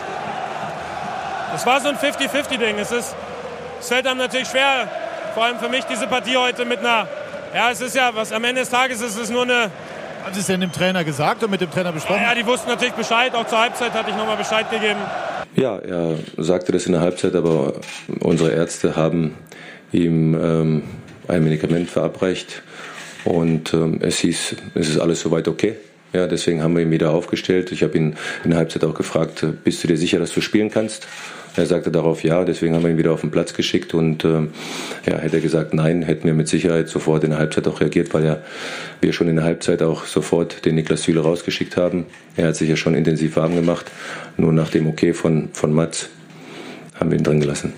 Es war so ein 50-50-Ding. Es fällt einem natürlich schwer, vor allem für mich, diese Partie heute mit einer... Ja, es ist ja, was am Ende des Tages ist es nur eine... Haben Sie es denn dem Trainer gesagt und mit dem Trainer besprochen? Ja, die wussten natürlich Bescheid. Auch zur Halbzeit hatte ich nochmal Bescheid gegeben. Ja, er sagte das in der Halbzeit, aber unsere Ärzte haben ihm ein Medikament verabreicht und es hieß, es ist alles soweit okay. Ja, deswegen haben wir ihn wieder aufgestellt. Ich habe ihn in der Halbzeit auch gefragt, bist du dir sicher, dass du spielen kannst? Er sagte darauf ja, deswegen haben wir ihn wieder auf den Platz geschickt und hätte er gesagt nein, hätten wir mit Sicherheit sofort in der Halbzeit auch reagiert, weil wir schon in der Halbzeit auch sofort den Niklas Süle rausgeschickt haben. Er hat sich ja schon intensiv warm gemacht, nur nach dem Okay von Mats haben wir ihn drin gelassen.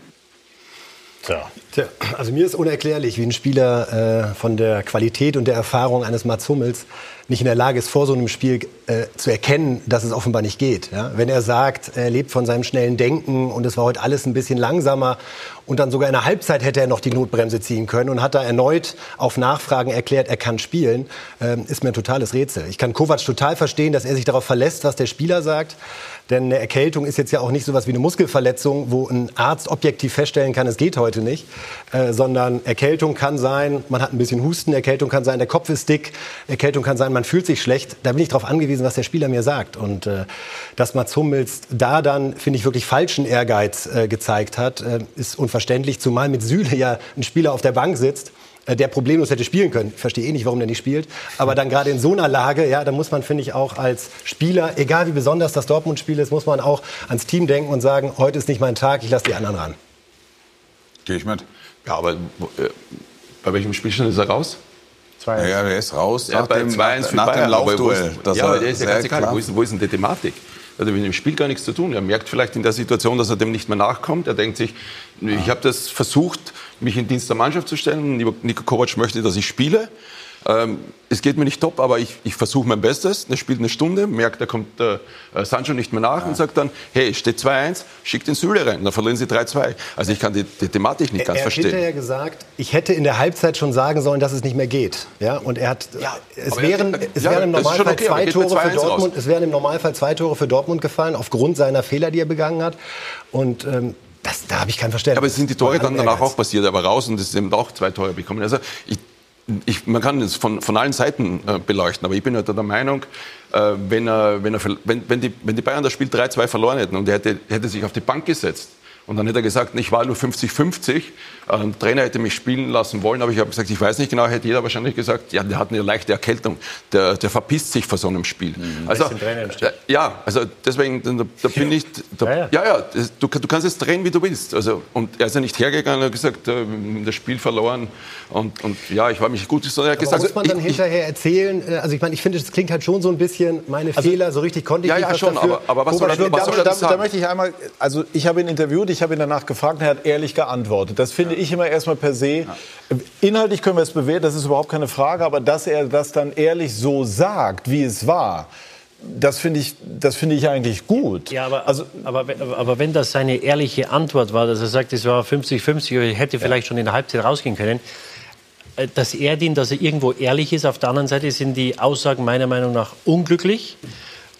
Tja, also mir ist unerklärlich, wie ein Spieler von der Qualität und der Erfahrung eines Mats Hummels nicht in der Lage ist, vor so einem Spiel zu erkennen, dass es offenbar nicht geht. Ja? Wenn er sagt, er lebt von seinem schnellen Denken und es war heute alles ein bisschen langsamer und dann sogar in der Halbzeit hätte er noch die Notbremse ziehen können und hat da erneut auf Nachfragen erklärt, er kann spielen, ist mir ein totales Rätsel. Ich kann Kovac total verstehen, dass er sich darauf verlässt, was der Spieler sagt. Denn eine Erkältung ist jetzt ja auch nicht so was wie eine Muskelverletzung, wo ein Arzt objektiv feststellen kann, es geht heute nicht. Sondern Erkältung kann sein, man hat ein bisschen Husten, Erkältung kann sein, der Kopf ist dick, Erkältung kann sein, man fühlt sich schlecht. Da bin ich darauf angewiesen, was der Spieler mir sagt. Und dass Mats Hummels da dann, finde ich, wirklich falschen Ehrgeiz gezeigt hat, ist unverständlich. Zumal mit Süle ja ein Spieler auf der Bank sitzt, der problemlos hätte spielen können. Ich verstehe nicht, warum der nicht spielt. Aber dann gerade in so einer Lage, ja, da muss man, finde ich, auch als Spieler, egal wie besonders das Dortmund-Spiel ist, muss man auch ans Team denken und sagen, heute ist nicht mein Tag, ich lasse die anderen ran. Gehe ich mit. Ja, aber bei welchem Spielstand ist er raus? Ja, er ist raus nach dem Laufduell. Ja, aber der ist ja ganz egal. Wo ist denn die Thematik? Also mit dem Spiel gar nichts zu tun. Er merkt vielleicht in der Situation, dass er dem nicht mehr nachkommt. Er denkt sich, ich habe das versucht, mich in Dienst der Mannschaft zu stellen. Niko Kovac möchte, dass ich spiele. Es geht mir nicht top, aber ich versuche mein Bestes. Er spielt eine Stunde, merkt, da kommt Sancho nicht mehr nach und sagt dann, hey, steht 2-1, schickt den Süle rein. Dann verlieren sie 3-2. Also ich kann die Thematik nicht ganz verstehen. Er hat hinterher gesagt, ich hätte in der Halbzeit schon sagen sollen, dass es nicht mehr geht. Ja, und er hat, es wären im Normalfall zwei Tore für Dortmund. Es wären im Normalfall 2 Tore für Dortmund gefallen, aufgrund seiner Fehler, die er begangen hat. Und da habe ich kein Verständnis. Aber es sind die Tore dann danach auch passiert. Er war raus und es sind auch 2 Tore bekommen. Also man kann es von allen Seiten beleuchten, aber ich bin halt der Meinung, wenn die Bayern das Spiel 3-2 verloren hätten und er hätte sich auf die Bank gesetzt und dann hätte er gesagt, ich war nur 50-50, der Trainer hätte mich spielen lassen wollen, aber ich habe gesagt, ich weiß nicht genau, hätte jeder wahrscheinlich gesagt, ja, der hat eine leichte Erkältung, der verpisst sich vor so einem Spiel. Also deswegen, da bin ich, du kannst es drehen, wie du willst. Also, und er ist ja nicht hergegangen und hat gesagt, das Spiel verloren und ja, ich war mich gut, sondern er hat gesagt... Muss man dann hinterher erzählen, also ich meine, ich finde, das klingt halt schon so ein bisschen, meine Fehler, so richtig konnte ich nicht was schon, dafür. Aber was soll er sagen? Da möchte ich einmal, also ich habe ihn interviewt, ich habe ihn danach gefragt und er hat ehrlich geantwortet. Das finde ich immer erstmal per se. Inhaltlich können wir es bewerten, das ist überhaupt keine Frage, aber dass er das dann ehrlich so sagt, wie es war, das finde ich eigentlich gut. Ja, aber wenn das seine ehrliche Antwort war, dass er sagt, es war 50-50, oder hätte vielleicht schon in der Halbzeit rausgehen können, das ehrt ihn, dass er irgendwo ehrlich ist. Auf der anderen Seite sind die Aussagen meiner Meinung nach unglücklich.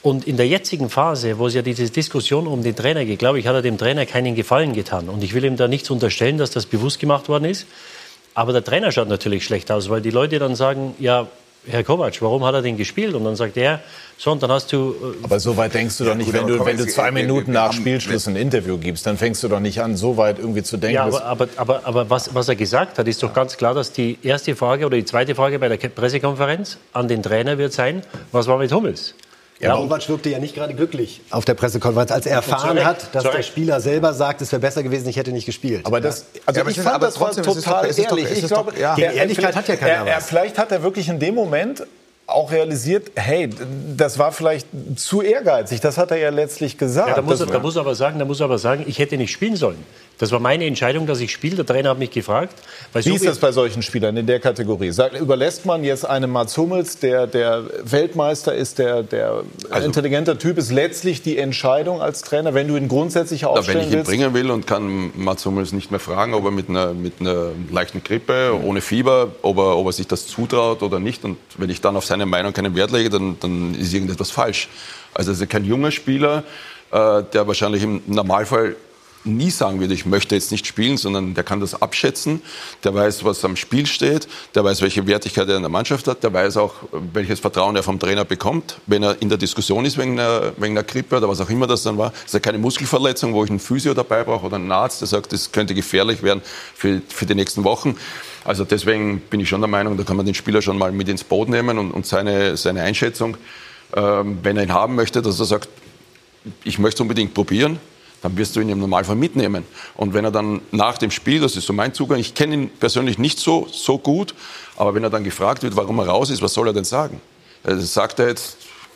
Und in der jetzigen Phase, wo es ja diese Diskussion um den Trainer geht, glaube ich, hat er dem Trainer keinen Gefallen getan. Und ich will ihm da nichts unterstellen, dass das bewusst gemacht worden ist. Aber der Trainer schaut natürlich schlecht aus, weil die Leute dann sagen, ja, Herr Kovac, warum hat er denn gespielt? Und dann sagt er, so, und dann hast du... Aber so weit denkst du doch nicht, wenn du 2 Minuten nach Spielschluss ein Interview gibst, dann fängst du doch nicht an, so weit irgendwie zu denken. Ja, aber was er gesagt hat, ist doch ganz klar, dass die erste Frage oder die zweite Frage bei der Pressekonferenz an den Trainer wird sein, was war mit Hummels? Ja, Kovac wirkte ja nicht gerade glücklich auf der Pressekonferenz, als er erfahren hat, dass der Spieler selber sagt, es wäre besser gewesen, ich hätte nicht gespielt. Aber das, ich fand das trotzdem total ehrlich. Ich glaube, die Ehrlichkeit hat ja keiner was. Vielleicht hat er wirklich in dem Moment auch realisiert, hey, das war vielleicht zu ehrgeizig. Das hat er ja letztlich gesagt. Ja, da muss er aber sagen, ich hätte nicht spielen sollen. Das war meine Entscheidung, dass ich spiele. Der Trainer hat mich gefragt. Wie ist das bei solchen Spielern in der Kategorie? Überlässt man jetzt einem Mats Hummels, der Weltmeister ist, der intelligenter Typ ist, letztlich die Entscheidung als Trainer, wenn du ihn grundsätzlich aufstellen willst? Wenn ich ihn bringen will und kann Mats Hummels nicht mehr fragen, ob er mit einer leichten Grippe, ohne Fieber, ob er sich das zutraut oder nicht. Und wenn ich dann auf seine Meinung keinen Wert lege, dann ist irgendetwas falsch. Also es ist kein junger Spieler, der wahrscheinlich im Normalfall nie sagen würde, ich möchte jetzt nicht spielen, sondern der kann das abschätzen, der weiß, was am Spiel steht, der weiß, welche Wertigkeit er in der Mannschaft hat, der weiß auch, welches Vertrauen er vom Trainer bekommt, wenn er in der Diskussion ist wegen einer Grippe oder was auch immer das dann war. Das ist ja keine Muskelverletzung, wo ich einen Physio dabei brauche oder einen Arzt, der sagt, das könnte gefährlich werden für die nächsten Wochen. Also deswegen bin ich schon der Meinung, da kann man den Spieler schon mal mit ins Boot nehmen und seine Einschätzung, wenn er ihn haben möchte, dass er sagt, ich möchte es unbedingt probieren, dann wirst du ihn im Normalfall mitnehmen. Und wenn er dann nach dem Spiel, das ist so mein Zugang, ich kenne ihn persönlich nicht so gut, aber wenn er dann gefragt wird, warum er raus ist, was soll er denn sagen? Das sagt er jetzt,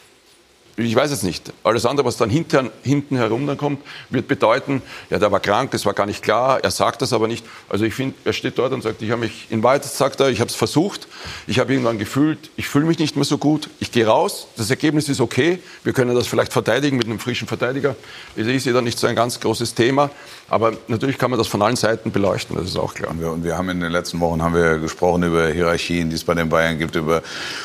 ich weiß es nicht. Alles andere, was dann hinten herum dann kommt, wird bedeuten, ja, der war krank, das war gar nicht klar, er sagt das aber nicht. Also ich finde, er steht dort und sagt, ich habe mich, in Wahrheit sagt er, ich habe es versucht, ich habe irgendwann gefühlt, ich fühle mich nicht mehr so gut, ich gehe raus, das Ergebnis ist okay, wir können das vielleicht verteidigen mit einem frischen Verteidiger. Das ist ja dann nicht so ein ganz großes Thema, aber natürlich kann man das von allen Seiten beleuchten, das ist auch klar. Und wir haben in den letzten Wochen gesprochen über Hierarchien, die es bei den Bayern gibt, über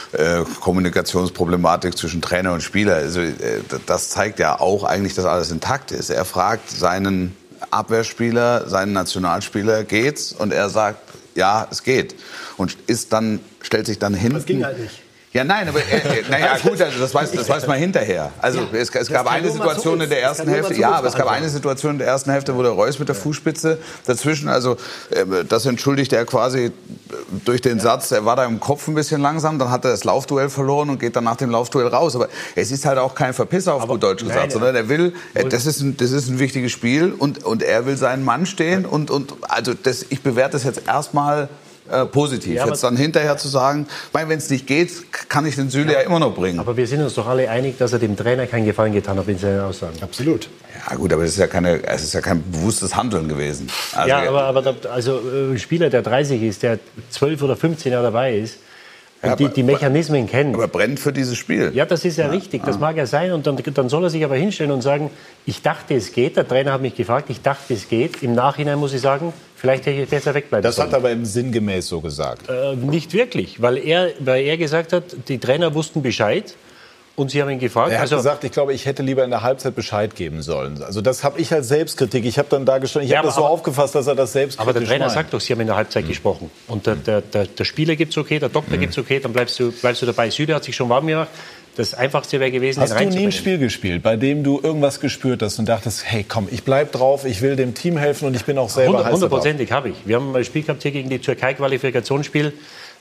Kommunikationsproblematik zwischen Trainer und Spieler. Also das zeigt ja auch eigentlich, dass alles intakt ist. Er fragt seinen Abwehrspieler, seinen Nationalspieler, geht's? Und er sagt, ja, es geht. Und stellt sich dann hinten... Das ging halt nicht. Ja, nein, aber naja, gut, also das weiß man hinterher. Also ja, es gab eine Situation in der ersten Hälfte, es gab eine Situation in der ersten Hälfte, wo der Reus mit der Fußspitze dazwischen, also das entschuldigt er quasi durch den Satz, er war da im Kopf ein bisschen langsam, dann hat er das Laufduell verloren und geht dann nach dem Laufduell raus. Aber es ist halt auch kein Verpisser, auf gut Deutsch gesagt, sondern er will, das ist ein wichtiges Spiel und er will seinen Mann stehen und also ich bewerte das jetzt erstmal positiv. Ja, jetzt dann hinterher zu sagen, wenn es nicht geht, kann ich den Süle ja immer noch bringen. Aber wir sind uns doch alle einig, dass er dem Trainer keinen Gefallen getan hat in seinen Aussagen. Absolut. Ja gut, aber es ist ja kein bewusstes Handeln gewesen. Also, ja, aber ein Spieler, der 30 ist, der 12 oder 15 Jahre dabei ist, und die Mechanismen kennen. Aber brennt für dieses Spiel. Ja, das ist ja richtig, das mag ja sein. Und dann soll er sich aber hinstellen und sagen, ich dachte, es geht. Der Trainer hat mich gefragt, ich dachte, es geht. Im Nachhinein muss ich sagen, vielleicht hätte ich besser wegbleiben sollen. Das hat er aber sinngemäß so gesagt. Nicht wirklich, weil er gesagt hat, die Trainer wussten Bescheid. Und Sie haben ihn gefragt? Er hat gesagt, ich glaube, ich hätte lieber in der Halbzeit Bescheid geben sollen. Also das habe ich als Selbstkritik. Ich habe dann da gestanden, ich habe das so aufgefasst, dass er das selbstkritisch Aber der Trainer sagt doch, Sie haben in der Halbzeit gesprochen. Und der Spieler gibt es okay, der Doktor gibt es okay, dann bleibst du dabei. Süle hat sich schon warm gemacht. Das Einfachste wäre gewesen, Hast du nie ein Spiel gespielt, bei dem du irgendwas gespürt hast und dachtest, hey, komm, ich bleib drauf, ich will dem Team helfen und ich bin auch selber heiß drauf? 100%ig habe ich. Wir haben ein Spiel gehabt hier gegen die Türkei-Qualifikationsspiel,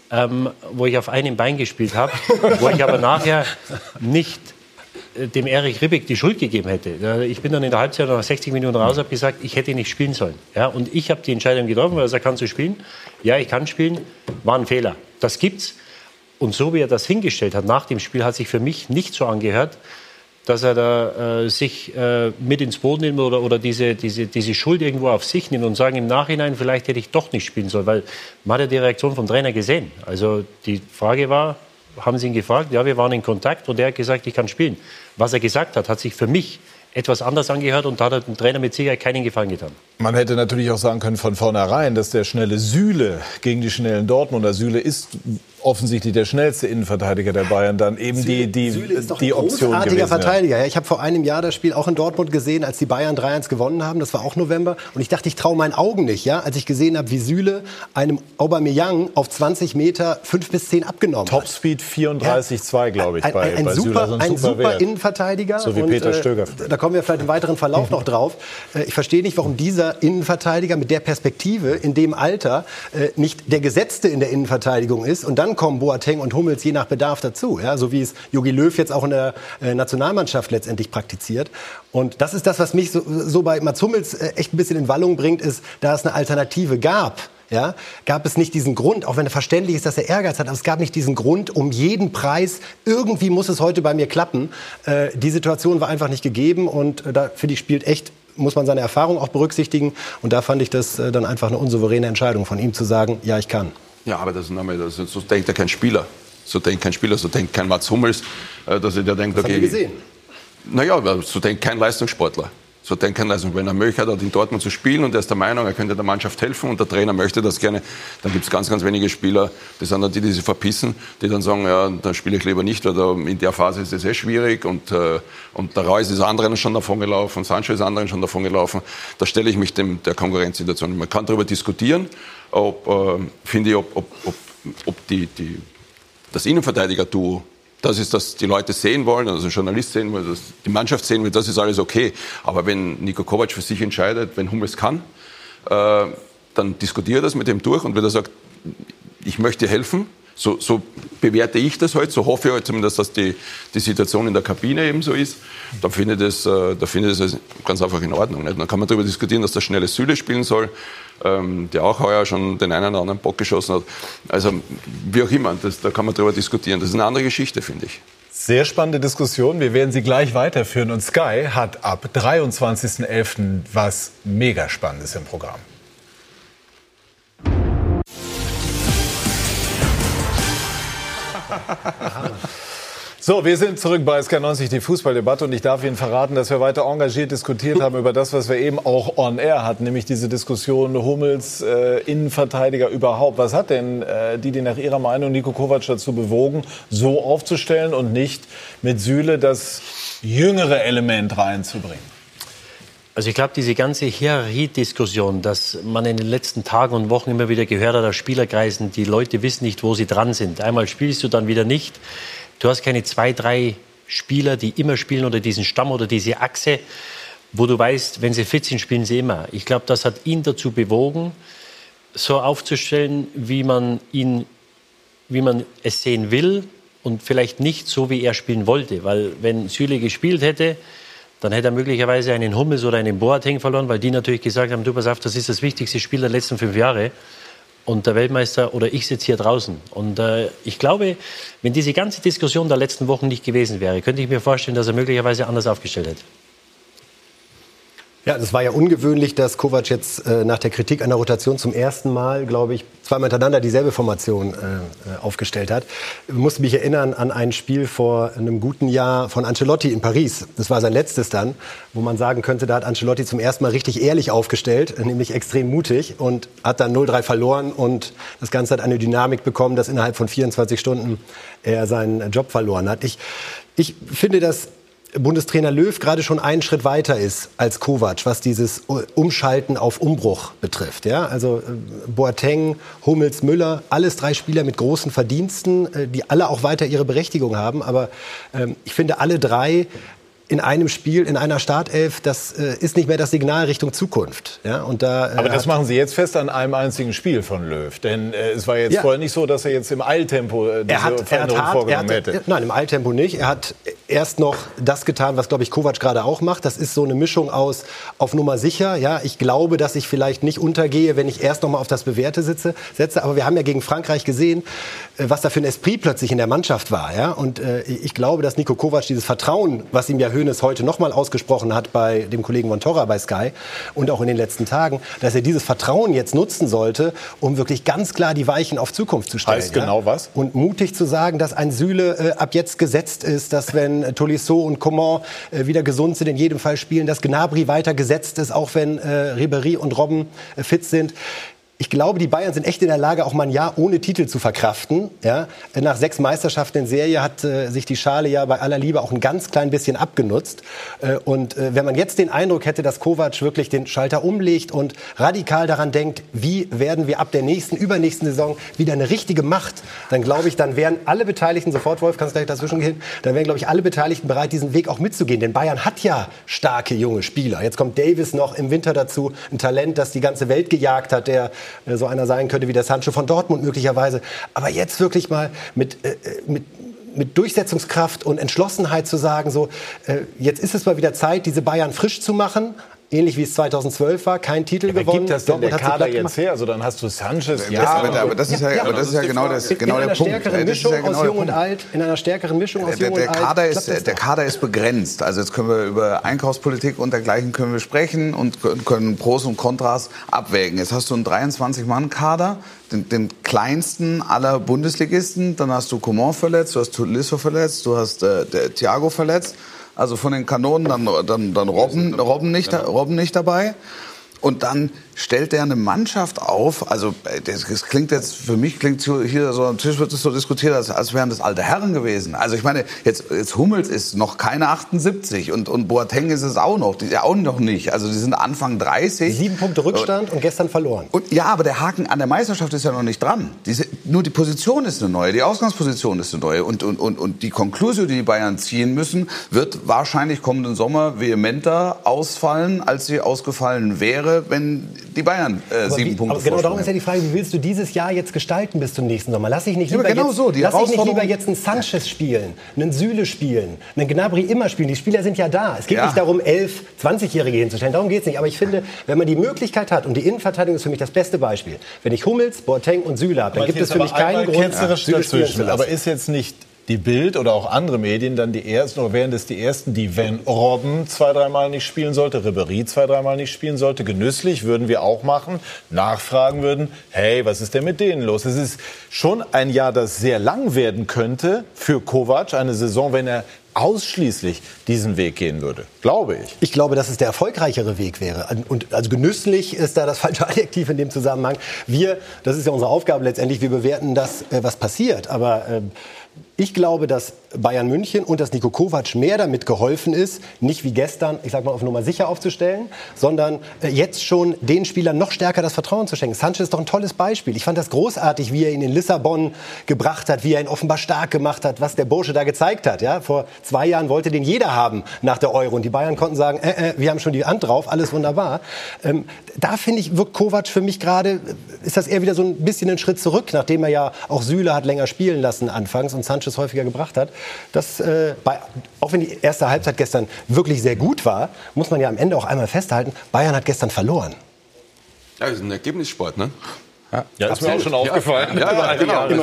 wo ich auf einem Bein gespielt habe, wo ich aber nachher nicht dem Erich Ribbeck die Schuld gegeben hätte. Ich bin dann in der Halbzeit nach 60 Minuten raus, habe gesagt, ich hätte nicht spielen sollen. Ja, und ich habe die Entscheidung getroffen, weil er sagt, kannst du spielen? Ja, ich kann spielen. War ein Fehler. Das gibt's. Und so wie er das hingestellt hat nach dem Spiel, hat sich für mich nicht so angehört, dass er da sich mit ins Boot nimmt oder diese Schuld irgendwo auf sich nimmt und sagen im Nachhinein, vielleicht hätte ich doch nicht spielen sollen. Weil man hat ja die Reaktion vom Trainer gesehen. Also die Frage war, haben Sie ihn gefragt? Ja, wir waren in Kontakt und er hat gesagt, ich kann spielen. Was er gesagt hat, hat sich für mich etwas anders angehört und da hat dem Trainer mit Sicherheit keinen Gefallen getan. Man hätte natürlich auch sagen können von vornherein, dass der schnelle Süle gegen die schnellen Dortmunder, Süle ist offensichtlich der schnellste Innenverteidiger der Bayern, dann eben Süle ist doch die ein Option großartiger gewesen. Verteidiger. Ja, ich habe vor einem Jahr das Spiel auch in Dortmund gesehen, als die Bayern 3-1 gewonnen haben. Das war auch November. Und ich dachte, ich traue meinen Augen nicht, ja, als ich gesehen habe, wie Süle einem Aubameyang auf 20 Meter 5 bis 10 abgenommen hat. Topspeed 34,2, glaube ich, bei ein Süle. Also ein super Wert. Innenverteidiger. So wie Peter Stöger. Da kommen wir vielleicht im weiteren Verlauf noch drauf. Ich verstehe nicht, warum dieser Innenverteidiger mit der Perspektive in dem Alter nicht der Gesetzte in der Innenverteidigung ist. Und dann kommen Boateng und Hummels je nach Bedarf dazu. Ja? So wie es Jogi Löw jetzt auch in der Nationalmannschaft letztendlich praktiziert. Und das ist das, was mich so bei Mats Hummels echt ein bisschen in Wallung bringt, ist, da es eine Alternative gab. Ja, gab es nicht diesen Grund, auch wenn es verständlich ist, dass er Ehrgeiz hat, aber es gab nicht diesen Grund, um jeden Preis, irgendwie muss es heute bei mir klappen. Die Situation war einfach nicht gegeben und da finde ich, spielt echt, muss man seine Erfahrung auch berücksichtigen. Und da fand ich das dann einfach eine unsouveräne Entscheidung von ihm zu sagen, ja, ich kann. Ja, aber so denkt ja kein Spieler. So denkt kein Mats Hummels, dass er denkt, das okay. haben wir gesehen. Naja, so denkt kein Leistungssportler. So denkt kein Leistungssportler. Wenn er Möglichkeit hat, in Dortmund zu spielen und er ist der Meinung, er könnte der Mannschaft helfen und der Trainer möchte das gerne, dann gibt es ganz, ganz wenige Spieler, das sind dann die sich verpissen, die dann sagen, ja, dann spiele ich lieber nicht, weil da in der Phase ist es schwierig und der Reus ist anderen schon davon gelaufen, Sancho ist anderen schon davon gelaufen. Da stelle ich mich der Konkurrenzsituation. Man kann darüber diskutieren, ob das Innenverteidiger-Duo, das ist, dass die Leute sehen wollen, also ein Journalist sehen will, dass die Mannschaft sehen will, das ist alles okay. Aber wenn Niko Kovac für sich entscheidet, wenn Hummels kann, dann diskutiert das mit ihm durch und wenn er sagt, ich möchte dir helfen, so bewerte ich das heute, so hoffe ich heute zumindest, dass die Situation in der Kabine eben so ist, dann finde ich das ganz einfach in Ordnung. Nicht? Dann kann man darüber diskutieren, dass der schnelle Süle spielen soll, der auch heuer schon den einen oder anderen Bock geschossen hat. Also wie auch immer, da kann man darüber diskutieren. Das ist eine andere Geschichte, finde ich. Sehr spannende Diskussion. Wir werden sie gleich weiterführen. Und Sky hat ab 23.11. was mega Spannendes im Programm. So, wir sind zurück bei SK90, die Fußballdebatte. Und ich darf Ihnen verraten, dass wir weiter engagiert diskutiert haben über das, was wir eben auch on air hatten. Nämlich diese Diskussion Hummels, Innenverteidiger überhaupt. Was hat denn die nach Ihrer Meinung Niko Kovac dazu bewogen, so aufzustellen und nicht mit Süle das jüngere Element reinzubringen? Also ich glaube, diese ganze Hierarchiediskussion, dass man in den letzten Tagen und Wochen immer wieder gehört hat aus Spielerkreisen, die Leute wissen nicht, wo sie dran sind. Einmal spielst du, dann wieder nicht. Du hast keine 2, 3 Spieler, die immer spielen oder diesen Stamm oder diese Achse, wo du weißt, wenn sie fit sind, spielen sie immer. Ich glaube, das hat ihn dazu bewogen, so aufzustellen, wie man es sehen will und vielleicht nicht so, wie er spielen wollte. Weil wenn Süle gespielt hätte, dann hätte er möglicherweise einen Hummels oder einen Boateng verloren, weil die natürlich gesagt haben, du pass auf, das ist das wichtigste Spiel der letzten 5 Jahre. Und der Weltmeister oder ich sitze hier draußen. Und ich glaube, wenn diese ganze Diskussion der letzten Wochen nicht gewesen wäre, könnte ich mir vorstellen, dass er möglicherweise anders aufgestellt hätte. Ja, es war ja ungewöhnlich, dass Kovac jetzt nach der Kritik an der Rotation zum ersten Mal, glaube ich, 2-mal hintereinander dieselbe Formation aufgestellt hat. Ich musste mich erinnern an ein Spiel vor einem guten Jahr von Ancelotti in Paris. Das war sein letztes dann, wo man sagen könnte, da hat Ancelotti zum ersten Mal richtig ehrlich aufgestellt, nämlich extrem mutig und hat dann 0-3 verloren und das Ganze hat eine Dynamik bekommen, dass innerhalb von 24 Stunden er seinen Job verloren hat. Ich finde, dass Bundestrainer Löw gerade schon einen Schritt weiter ist als Kovac, was dieses Umschalten auf Umbruch betrifft. Ja? Also Boateng, Hummels, Müller, alles 3 Spieler mit großen Verdiensten, die alle auch weiter ihre Berechtigung haben. Aber ich finde, alle 3 in einem Spiel, in einer Startelf, das ist nicht mehr das Signal Richtung Zukunft. Ja? Und aber das machen Sie jetzt fest an einem einzigen Spiel von Löw. Denn es war jetzt vorher nicht so, dass er jetzt im Eiltempo diese Veränderung vorgenommen hätte. Nein, im Eiltempo nicht. Er hat erst noch das getan, was, glaube ich, Kovac gerade auch macht. Das ist so eine Mischung aus auf Nummer sicher. Ja, ich glaube, dass ich vielleicht nicht untergehe, wenn ich erst noch mal auf das Bewährte setze. Aber wir haben ja gegen Frankreich gesehen, was da für ein Esprit plötzlich in der Mannschaft war. Ja? Und ich glaube, dass Niko Kovac dieses Vertrauen, was ihm ja Hoeneß heute noch mal ausgesprochen hat bei dem Kollegen Montorra bei Sky und auch in den letzten Tagen, dass er dieses Vertrauen jetzt nutzen sollte, um wirklich ganz klar die Weichen auf Zukunft zu stellen. Heißt genau was? Und mutig zu sagen, dass ein Süle ab jetzt gesetzt ist, dass wenn Tolisso und Coman wieder gesund sind, in jedem Fall spielen, dass Gnabry weiter gesetzt ist, auch wenn Ribéry und Robben fit sind. ich glaube, die Bayern sind echt in der Lage, auch mal ein Jahr ohne Titel zu verkraften. Ja? Nach 6 Meisterschaften in Serie hat sich die Schale ja bei aller Liebe auch ein ganz klein bisschen abgenutzt. Und wenn man jetzt den Eindruck hätte, dass Kovac wirklich den Schalter umlegt und radikal daran denkt, wie werden wir ab der übernächsten Saison wieder eine richtige Macht, dann glaube ich, dann wären alle Beteiligten, sofort Wolf, kannst gleich dazwischen gehen, dann wären, glaube ich, alle Beteiligten bereit, diesen Weg auch mitzugehen. Denn Bayern hat ja starke junge Spieler. Jetzt kommt Davis noch im Winter dazu, ein Talent, das die ganze Welt gejagt hat, der so einer sein könnte wie der Sancho von Dortmund möglicherweise. Aber jetzt wirklich mal mit Durchsetzungskraft und Entschlossenheit zu sagen, so, jetzt ist es mal wieder Zeit, diese Bayern frisch zu machen. Ähnlich wie es 2012 war, kein Titel gewonnen. Gibt das denn der Kader jetzt her? Also dann hast du Sanchez. Aber das ist ja genau der Punkt. In einer stärkeren Mischung aus Jung und Alt. In einer stärkeren Mischung aus Jung und Alt. Der Kader ist begrenzt. Also jetzt können wir über Einkaufspolitik und dergleichen können wir sprechen und können Pros und Kontras abwägen. Jetzt hast du einen 23-Mann-Kader, den kleinsten aller Bundesligisten. Dann hast du Coman verletzt, du hast Tolisso verletzt, du hast Thiago verletzt. Also von den Kanonen dann Robben nicht dabei. Und dann stellt er eine Mannschaft auf, also das klingt jetzt, für mich klingt hier so am Tisch wird es so diskutiert, als wären das alte Herren gewesen. Also ich meine, jetzt Hummels ist noch keine 78 und Boateng ist es auch noch nicht. Also die sind Anfang 30. 7 Punkte Rückstand und gestern verloren. Und ja, aber der Haken an der Meisterschaft ist ja noch nicht dran. Nur die Position ist eine neue, die Ausgangsposition ist eine neue. Und die Konklusion, die Bayern ziehen müssen, wird wahrscheinlich kommenden Sommer vehementer ausfallen, als sie ausgefallen wäre, wenn die Bayern 7 Punkte aber genau darum ist ja die Frage, wie willst du dieses Jahr jetzt gestalten bis zum nächsten Sommer? Lass ich nicht lieber jetzt einen Sanchez spielen, einen Süle spielen, einen Gnabry immer spielen. Die Spieler sind ja da. Es geht nicht darum, 11-, 20-Jährige hinzustellen. Darum geht es nicht. Aber ich finde, wenn man die Möglichkeit hat, und die Innenverteidigung ist für mich das beste Beispiel, wenn ich Hummels, Boateng und Süle habe, dann gibt es für mich keinen Grund, Süle spielen zu lassen. Aber ist jetzt nicht die Bild oder auch andere Medien dann die ersten, oder wären das die ersten, die, wenn Robben 2-3 Mal nicht spielen sollte, Ribéry 2-3 Mal nicht spielen sollte, genüsslich, würden wir auch machen, nachfragen würden, hey, was ist denn mit denen los? Es ist schon ein Jahr, das sehr lang werden könnte für Kovac, eine Saison, wenn er ausschließlich diesen Weg gehen würde, glaube ich. Ich glaube, dass es der erfolgreichere Weg wäre. Und also genüsslich ist da das falsche Adjektiv in dem Zusammenhang. Das ist ja unsere Aufgabe letztendlich, wir bewerten das, was passiert. Aber ich glaube, dass Bayern München und dass Niko Kovac mehr damit geholfen ist, nicht wie gestern, ich sag mal, auf Nummer sicher aufzustellen, sondern jetzt schon den Spielern noch stärker das Vertrauen zu schenken. Sanchez ist doch ein tolles Beispiel. Ich fand das großartig, wie er ihn in Lissabon gebracht hat, wie er ihn offenbar stark gemacht hat, was der Bursche da gezeigt hat. Ja? Vor 2 Jahren wollte den jeder haben nach der Euro. Und die Bayern konnten sagen, wir haben schon die Hand drauf, alles wunderbar. Da finde ich, wirkt Kovac für mich gerade, ist das eher wieder so ein bisschen ein Schritt zurück, nachdem er ja auch Süle hat länger spielen lassen anfangs und Sanchez häufiger gebracht hat. Das, auch wenn die erste Halbzeit gestern wirklich sehr gut war, muss man ja am Ende auch einmal festhalten, Bayern hat gestern verloren. Ja, das ist ein Ergebnissport, ne? Ja, ist mir auch schon aufgefallen. Ja, genau. Aber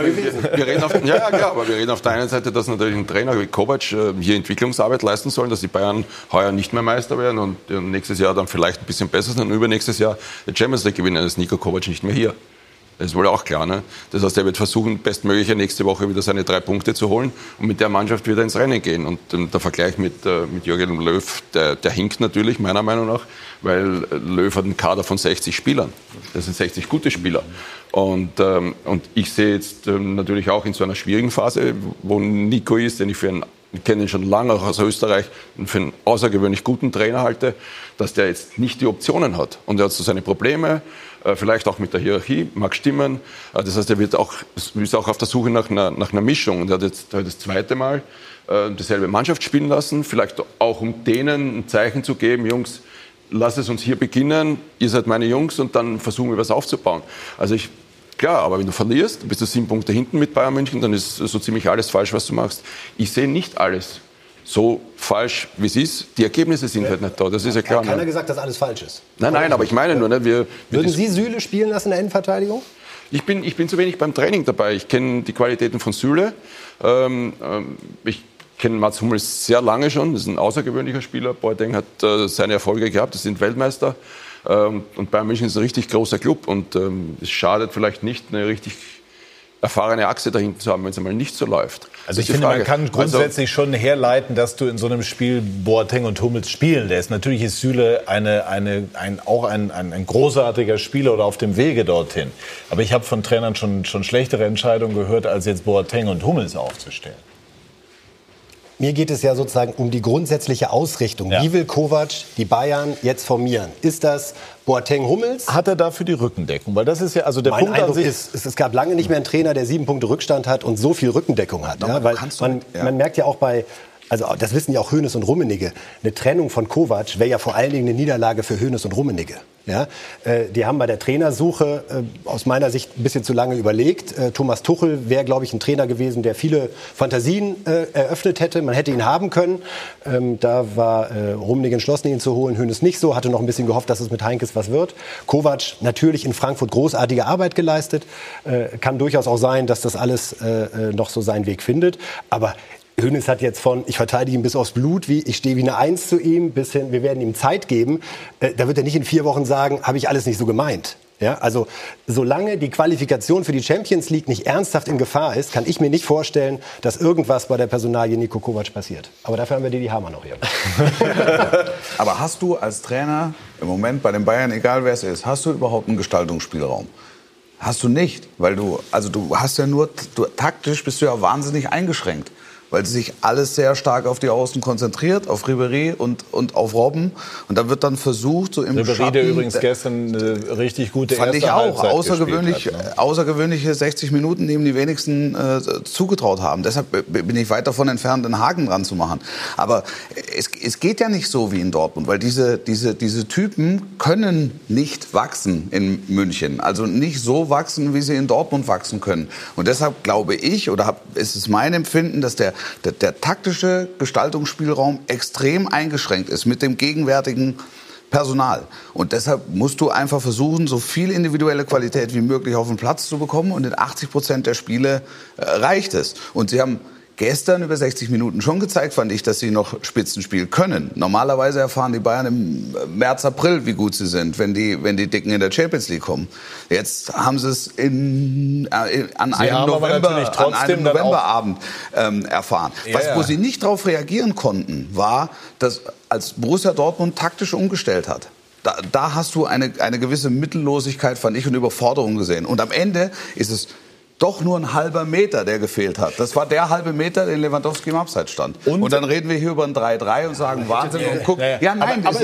wir reden auf der einen Seite, dass natürlich ein Trainer wie Kovac hier Entwicklungsarbeit leisten soll, dass die Bayern heuer nicht mehr Meister werden und nächstes Jahr dann vielleicht ein bisschen besser sind und übernächstes Jahr die Champions League gewinnen. Dann ist Niko Kovac nicht mehr hier. Das ist wohl auch klar, ne? Das heißt, er wird versuchen, bestmöglich nächste Woche wieder seine 3 Punkte zu holen und mit der Mannschaft wieder ins Rennen gehen. Und der Vergleich mit Jürgen Löw, der hinkt natürlich, meiner Meinung nach, weil Löw hat einen Kader von 60 Spielern. Das sind 60 gute Spieler. Und ich sehe jetzt natürlich auch in so einer schwierigen Phase, wo Nico ist, ich kenne ihn schon lange, auch aus Österreich, und für einen außergewöhnlich guten Trainer halte, dass der jetzt nicht die Optionen hat. Und er hat so seine Probleme, vielleicht auch mit der Hierarchie, mag stimmen. Das heißt, er ist auch auf der Suche nach einer Mischung. Und er hat jetzt das zweite Mal dieselbe Mannschaft spielen lassen, vielleicht auch um denen ein Zeichen zu geben, Jungs, lasst es uns hier beginnen, ihr seid meine Jungs und dann versuchen wir was aufzubauen. Also klar, aber wenn du verlierst, bist du 7 Punkte hinten mit Bayern München, dann ist so ziemlich alles falsch, was du machst. Ich sehe nicht alles so falsch, wie es ist. Die Ergebnisse sind halt nicht da, das ist ja klar. Hat keiner gesagt, dass alles falsch ist? Nein, aber ich meine nur... Ne, Würden Sie Süle spielen lassen in der Innenverteidigung? Ich bin zu wenig beim Training dabei. Ich kenne die Qualitäten von Süle. Ich kenne Mats Hummels sehr lange schon. Das ist ein außergewöhnlicher Spieler. Boateng hat seine Erfolge gehabt. Das sind Weltmeister. Und Bayern München ist ein richtig großer Club. Und es schadet vielleicht nicht, eine richtig erfahrene Achse dahinter zu haben, wenn es einmal nicht so läuft. Also ich finde, man kann grundsätzlich schon herleiten, dass du in so einem Spiel Boateng und Hummels spielen lässt. Natürlich ist Süle auch ein großartiger Spieler oder auf dem Wege dorthin. Aber ich habe von Trainern schon schlechtere Entscheidungen gehört, als jetzt Boateng und Hummels aufzustellen. Mir geht es ja sozusagen um die grundsätzliche Ausrichtung. Ja. Wie will Kovac die Bayern jetzt formieren? Ist das Boateng, Hummels? Hat er dafür die Rückendeckung? Weil das ist ja, also der mein Punkt Eindruck ist, es gab lange nicht mehr einen Trainer, der 7 Punkte Rückstand hat und so viel Rückendeckung hat. Ja, weil man merkt ja auch also das wissen ja auch Hoeneß und Rummenigge, eine Trennung von Kovac wäre ja vor allen Dingen eine Niederlage für Hoeneß und Rummenigge. Ja? Die haben bei der Trainersuche aus meiner Sicht ein bisschen zu lange überlegt. Thomas Tuchel wäre, glaube ich, ein Trainer gewesen, der viele Fantasien eröffnet hätte. Man hätte ihn haben können. Da war Rummenigge entschlossen, ihn zu holen. Hoeneß nicht so, hatte noch ein bisschen gehofft, dass es mit Heinkes was wird. Kovac natürlich in Frankfurt großartige Arbeit geleistet. Kann durchaus auch sein, dass das alles noch so seinen Weg findet. Aber Hoeneß hat jetzt von, ich verteidige ihn bis aufs Blut, wie ich stehe wie eine Eins zu ihm, bis hin, wir werden ihm Zeit geben. Da wird er nicht in 4 Wochen sagen, habe ich alles nicht so gemeint. Ja, also solange die Qualifikation für die Champions League nicht ernsthaft in Gefahr ist, kann ich mir nicht vorstellen, dass irgendwas bei der Personalie Niko Kovac passiert. Aber dafür haben wir Didi Hamann noch hier. Aber hast du als Trainer im Moment bei den Bayern, egal wer es ist, hast du überhaupt einen Gestaltungsspielraum? Hast du nicht, weil du hast ja nur, taktisch bist du ja wahnsinnig eingeschränkt. Weil sich alles sehr stark auf die Außen konzentriert, auf Ribéry und auf Robben. Und da wird dann versucht, so im Ribéry, Schatten... der übrigens gestern eine richtig gute erste Halbzeit außergewöhnliche 60 Minuten, die ihm die wenigsten zugetraut haben. Deshalb bin ich weit davon entfernt, einen Haken dran zu machen. Aber es geht ja nicht so wie in Dortmund, weil diese Typen können nicht wachsen in München. Also nicht so wachsen, wie sie in Dortmund wachsen können. Und deshalb glaube ich, ist es mein Empfinden, dass der taktische Gestaltungsspielraum extrem eingeschränkt ist mit dem gegenwärtigen Personal. Und deshalb musst du einfach versuchen, so viel individuelle Qualität wie möglich auf den Platz zu bekommen. Und in 80% der Spiele reicht es. Und sie haben gestern über 60 Minuten schon gezeigt, fand ich, dass sie noch Spitzenspiel können. Normalerweise erfahren die Bayern im März, April, wie gut sie sind, wenn die Dicken in der Champions League kommen. Jetzt haben sie es an einem Novemberabend erfahren. Wo sie nicht darauf reagieren konnten, war, dass als Borussia Dortmund taktisch umgestellt hat. Da hast du eine gewisse Mittellosigkeit, fand ich, und Überforderung gesehen. Und am Ende ist es doch nur ein halber Meter, der gefehlt hat. Das war der halbe Meter, den Lewandowski im Abseits stand. Und dann reden wir hier über ein 3-3 und sagen, Wahnsinn, und guck. Ja, nein, aber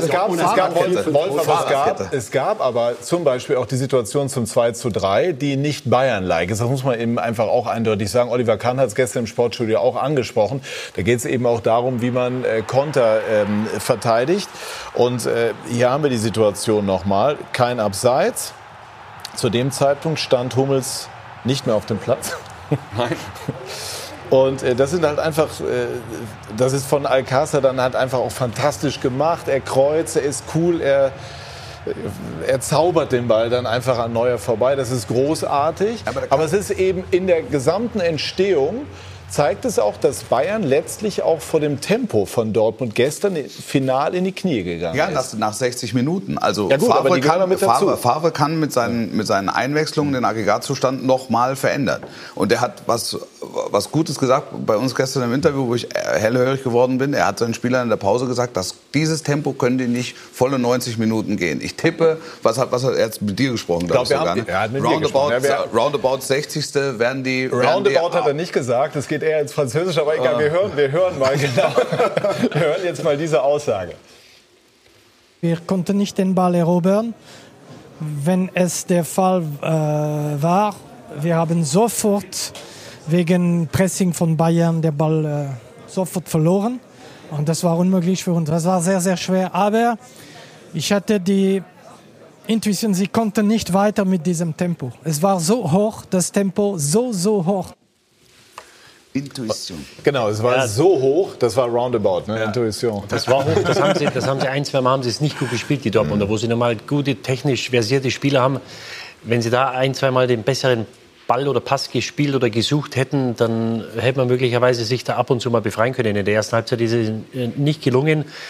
es gab aber zum Beispiel auch die Situation zum 2:3, die nicht Bayern-like ist. Das muss man eben einfach auch eindeutig sagen. Oliver Kahn hat es gestern im Sportstudio auch angesprochen. Da geht es eben auch darum, wie man Konter verteidigt. Und hier haben wir die Situation nochmal. Kein Abseits. Zu dem Zeitpunkt stand Hummels nicht mehr auf dem Platz. Nein. Und das sind halt einfach, das ist von Alcácer dann halt einfach auch fantastisch gemacht. Er kreuzt, er ist cool, er zaubert den Ball dann einfach an Neuer vorbei. Das ist großartig. Aber es ist eben in der gesamten Entstehung, zeigt es auch, dass Bayern letztlich auch vor dem Tempo von Dortmund gestern final in die Knie gegangen ist. Ja, nach 60 Minuten. Also ja gut, Favre kann mit seinen Einwechslungen den Aggregatzustand noch mal verändern. Und er hat was Gutes gesagt bei uns gestern im Interview, wo ich hellhörig geworden bin. Er hat seinen Spielern in der Pause gesagt, dass dieses Tempo können die nicht volle 90 Minuten gehen. Ich tippe, was hat er jetzt mit dir gesprochen? Ich glaube, er hat mit mir gesprochen. Roundabout 60. werden die... Roundabout hat er nicht gesagt, es geht eher ins Französische, aber egal, wir hören mal genau. Wir hören jetzt mal diese Aussage. Wir konnten nicht den Ball erobern. Wenn es der Fall war, wir haben sofort wegen Pressing von Bayern den Ball sofort verloren. Und das war unmöglich für uns. Das war sehr, sehr schwer. Aber ich hatte die Intuition, sie konnten nicht weiter mit diesem Tempo. Es war so hoch, das Tempo so hoch. Intuition. Genau, es war so hoch, das war Roundabout, ne? Ja. Intuition. Das war hoch, das haben sie ein, zwei Mal haben sie es nicht gut gespielt, die Dortmunder, wo sie normal gute, technisch versierte Spieler haben. Wenn sie da ein, zwei Mal den besseren Ball oder Pass gespielt oder gesucht hätten, dann hätte man möglicherweise sich da ab und zu mal befreien können. In der ersten Halbzeit ist es nicht gelungen.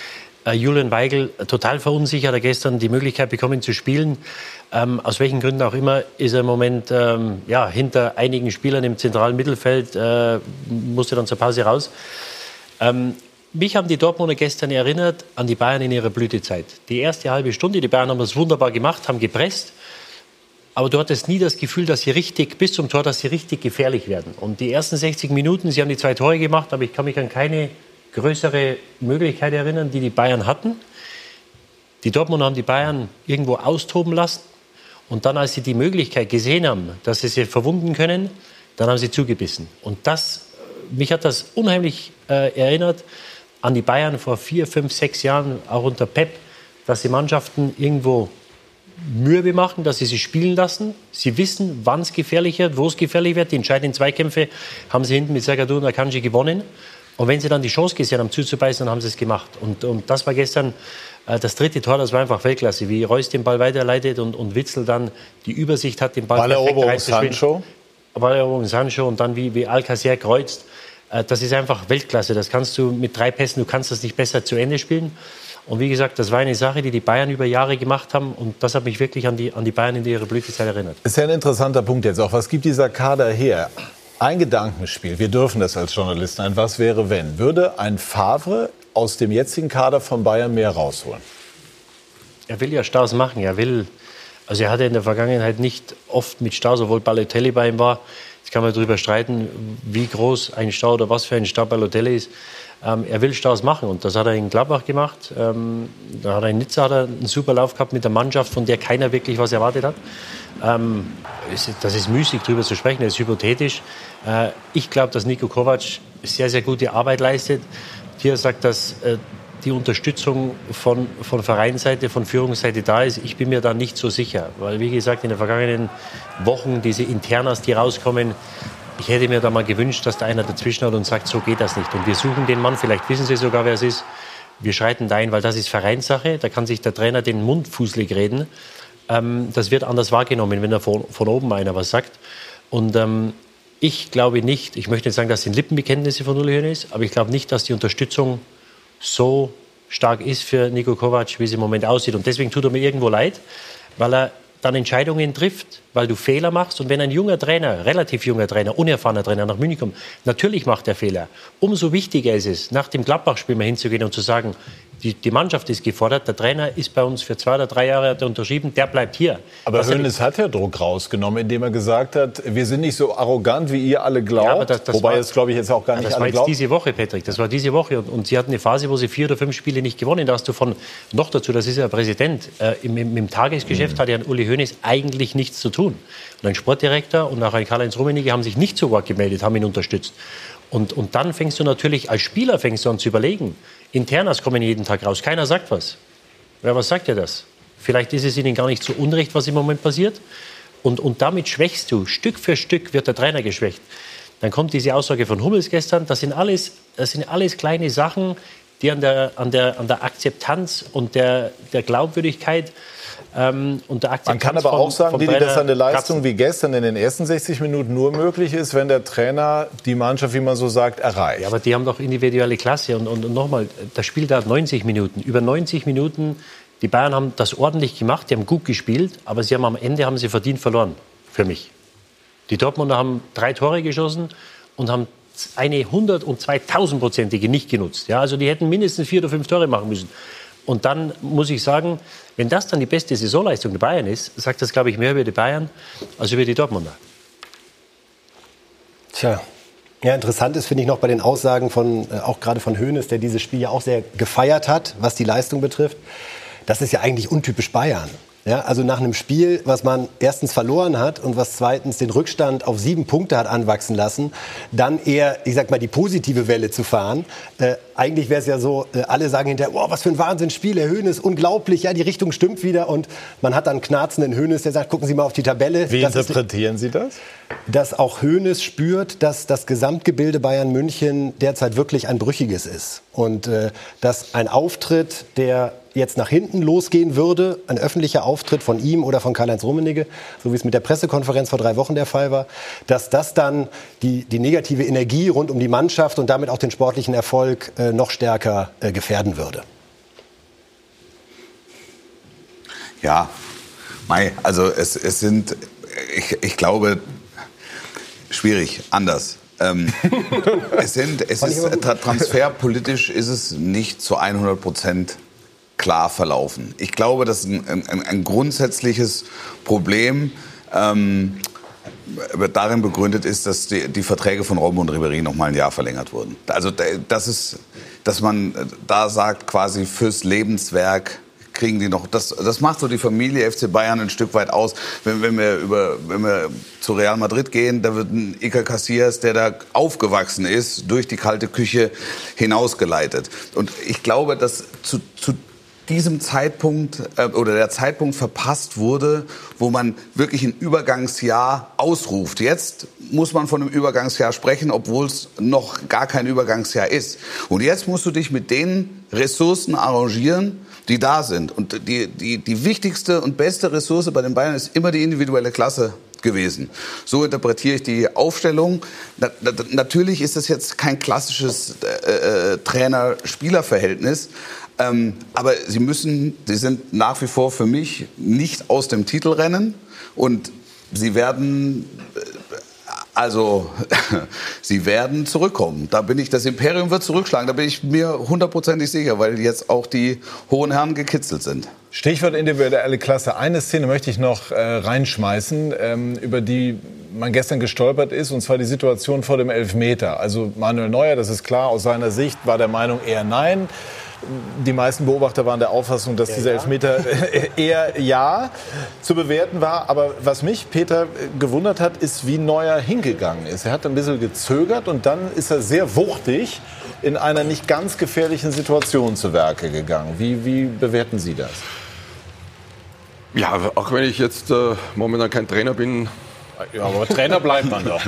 Julian Weigl total verunsichert, hat gestern die Möglichkeit bekommen zu spielen. Aus welchen Gründen auch immer ist er im Moment hinter einigen Spielern im zentralen Mittelfeld, musste dann zur Pause raus. Mich haben die Dortmunder gestern erinnert an die Bayern in ihrer Blütezeit. Die erste halbe Stunde, die Bayern haben das wunderbar gemacht, haben gepresst. Aber du hattest nie das Gefühl, dass sie richtig, bis zum Tor, dass sie richtig gefährlich werden. Und die ersten 60 Minuten, sie haben die 2 Tore gemacht, aber ich kann mich an keine größere Möglichkeit erinnern, die Bayern hatten. Die Dortmunder haben die Bayern irgendwo austoben lassen. Und dann, als sie die Möglichkeit gesehen haben, dass sie verwunden können, dann haben sie zugebissen. Und mich hat das unheimlich erinnert an die Bayern vor 4, 5, 6 Jahren, auch unter Pep, dass die Mannschaften irgendwo Mühe machen, dass sie sie spielen lassen. Sie wissen, wann es gefährlich wird, wo es gefährlich wird. Die entscheidenden Zweikämpfe haben sie hinten mit Zagadou und Akanji gewonnen. Und wenn sie dann die Chance gesehen haben, zuzubeißen, dann haben sie es gemacht. Und das war gestern das 3. Tor, das war einfach Weltklasse. Wie Reus den Ball weiterleitet und Witzel dann die Übersicht hat, den Ball perfekt reinzuspielen. Balleroberung Sancho und dann wie Alcacer kreuzt. Das ist einfach Weltklasse. Das kannst du mit 3 Pässen, du kannst das nicht besser zu Ende spielen. Und wie gesagt, das war eine Sache, die Bayern über Jahre gemacht haben. Und das hat mich wirklich an die Bayern in ihrer Blütezeit erinnert. Ist ja ein interessanter Punkt jetzt auch. Was gibt dieser Kader her? Ein Gedankenspiel. Wir dürfen das als Journalisten. Ein Was wäre, wenn? Würde ein Favre aus dem jetzigen Kader von Bayern mehr rausholen? Er will ja Stars machen. Er hatte in der Vergangenheit nicht oft mit Stars, obwohl Balotelli bei ihm war. Jetzt kann man darüber streiten, wie groß ein Star oder was für ein Star Balotelli ist. Er will Stars machen und das hat er in Gladbach gemacht. Da hat er in Nizza einen super Lauf gehabt mit der Mannschaft, von der keiner wirklich was erwartet hat. Das ist müßig, darüber zu sprechen, das ist hypothetisch. Ich glaube, dass Niko Kovac sehr, sehr gute Arbeit leistet. Hier sagt, dass die Unterstützung von Vereinsseite, von Führungsseite da ist. Ich bin mir da nicht so sicher, weil, wie gesagt, in den vergangenen Wochen diese Internas, die rauskommen, ich hätte mir da mal gewünscht, dass da einer dazwischen hat und sagt, so geht das nicht. Und wir suchen den Mann, vielleicht wissen Sie sogar, wer es ist. Wir schreiten da ein, weil das ist Vereinssache. Da kann sich der Trainer den Mund fußlig reden. Das wird anders wahrgenommen, wenn er von oben einer was sagt. Und ich glaube nicht, ich möchte nicht sagen, das sind Lippenbekenntnisse von Uli Hoeneß, aber ich glaube nicht, dass die Unterstützung so stark ist für Niko Kovac, wie es im Moment aussieht. Und deswegen tut er mir irgendwo leid, weil er dann Entscheidungen trifft, weil du Fehler machst. Und wenn ein junger Trainer, relativ junger Trainer, unerfahrener Trainer nach München kommt, natürlich macht er Fehler. Umso wichtiger ist es, nach dem Gladbach-Spiel mal hinzugehen und zu sagen, die Mannschaft ist gefordert, der Trainer ist bei uns für 2 oder 3 Jahre, hat er unterschrieben, der bleibt hier. Aber Hoeneß hat ja Druck rausgenommen, indem er gesagt hat, wir sind nicht so arrogant, wie ihr alle glaubt. Ja, wobei es, glaube ich, jetzt auch gar nicht alle glauben. Das war jetzt diese Woche, Patrick, das war diese Woche. Und sie hatten eine Phase, wo sie 4 oder 5 Spiele nicht gewonnen. Da hast du noch dazu, das ist ja Präsident, im Tagesgeschäft hat ja Uli Hoeneß eigentlich nichts zu tun. Und ein Sportdirektor und auch ein Karl-Heinz Rummenigge haben sich nicht zu Wort gemeldet, haben ihn unterstützt. Und dann fängst du natürlich, als Spieler fängst du an zu überlegen. Internas kommen jeden Tag raus, keiner sagt was. Ja, was sagt er das? Vielleicht ist es ihnen gar nicht so unrecht, was im Moment passiert. Und damit schwächst du, Stück für Stück wird der Trainer geschwächt. Dann kommt diese Aussage von Hummels gestern, das sind alles kleine Sachen, die an der Akzeptanz und der Glaubwürdigkeit und der Akzeptanz. Man kann aber auch sagen, Didi, dass eine Leistung wie gestern in den ersten 60 Minuten nur möglich ist, wenn der Trainer die Mannschaft, wie man so sagt, erreicht. Ja, aber die haben doch individuelle Klasse. Und nochmal, das Spiel dauert 90 Minuten. Über 90 Minuten, die Bayern haben das ordentlich gemacht, die haben gut gespielt, aber am Ende haben sie verdient verloren, für mich. Die Dortmunder haben 3 Tore geschossen und haben eine 100- und 2000-prozentige nicht genutzt. Ja, also die hätten mindestens 4 oder 5 Tore machen müssen. Und dann muss ich sagen, wenn das dann die beste Saisonleistung der Bayern ist, sagt das, glaube ich, mehr über die Bayern als über die Dortmunder. Tja, ja, interessant ist, finde ich, noch bei den Aussagen auch gerade von Hoeneß, der dieses Spiel ja auch sehr gefeiert hat, was die Leistung betrifft. Das ist ja eigentlich untypisch Bayern. Ja, also nach einem Spiel, was man erstens verloren hat und was zweitens den Rückstand auf 7 Punkte hat anwachsen lassen, dann eher, ich sag mal, die positive Welle zu fahren. Eigentlich wäre es ja so, alle sagen hinterher, oh, was für ein Wahnsinnsspiel, Herr Hoeneß, unglaublich, ja, die Richtung stimmt wieder. Und man hat dann knarzenden Hoeneß, der sagt, gucken Sie mal auf die Tabelle. Wie interpretieren Sie das? Dass auch Hoeneß spürt, dass das Gesamtgebilde Bayern München derzeit wirklich ein brüchiges ist. Und dass ein Auftritt, der jetzt nach hinten losgehen würde, ein öffentlicher Auftritt von ihm oder von Karl-Heinz Rummenigge, so wie es mit der Pressekonferenz vor 3 Wochen der Fall war, dass das dann die negative Energie rund um die Mannschaft und damit auch den sportlichen Erfolg noch stärker gefährden würde. Ja, also es sind, ich glaube, schwierig, anders. Transferpolitisch ist es nicht zu 100% klar verlaufen. Ich glaube, dass ein grundsätzliches Problem darin begründet ist, dass die Verträge von Robben und Ribéry noch mal ein Jahr verlängert wurden. Also dass man da sagt, quasi fürs Lebenswerk kriegen die noch. Das macht so die Familie FC Bayern ein Stück weit aus. Wenn wir zu Real Madrid gehen, da wird ein Iker Casillas, der da aufgewachsen ist, durch die kalte Küche hinausgeleitet. Und ich glaube, dass zu diesem Zeitpunkt oder der Zeitpunkt verpasst wurde, wo man wirklich ein Übergangsjahr ausruft. Jetzt muss man von einem Übergangsjahr sprechen, obwohl es noch gar kein Übergangsjahr ist. Und jetzt musst du dich mit den Ressourcen arrangieren, die da sind. Und die wichtigste und beste Ressource bei den Bayern ist immer die individuelle Klasse gewesen. So interpretiere ich die Aufstellung. Natürlich ist das jetzt kein klassisches Trainer-Spieler-Verhältnis. Aber sie sind nach wie vor für mich nicht aus dem Titelrennen und sie werden zurückkommen. Das Imperium wird zurückschlagen, da bin ich mir 100%ig sicher, weil jetzt auch die hohen Herren gekitzelt sind. Stichwort individuelle Klasse. Eine Szene möchte ich noch reinschmeißen, über die man gestern gestolpert ist, und zwar die Situation vor dem Elfmeter. Also Manuel Neuer, das ist klar, aus seiner Sicht war der Meinung eher nein. Die meisten Beobachter waren der Auffassung, dass dieser Elfmeter eher ja zu bewerten war. Aber was mich, Peter, gewundert hat, ist, wie Neuer hingegangen ist. Er hat ein bisschen gezögert und dann ist er sehr wuchtig in einer nicht ganz gefährlichen Situation zu Werke gegangen. Wie bewerten Sie das? Ja, auch wenn ich jetzt momentan kein Trainer bin. Ja, aber Trainer bleibt man doch.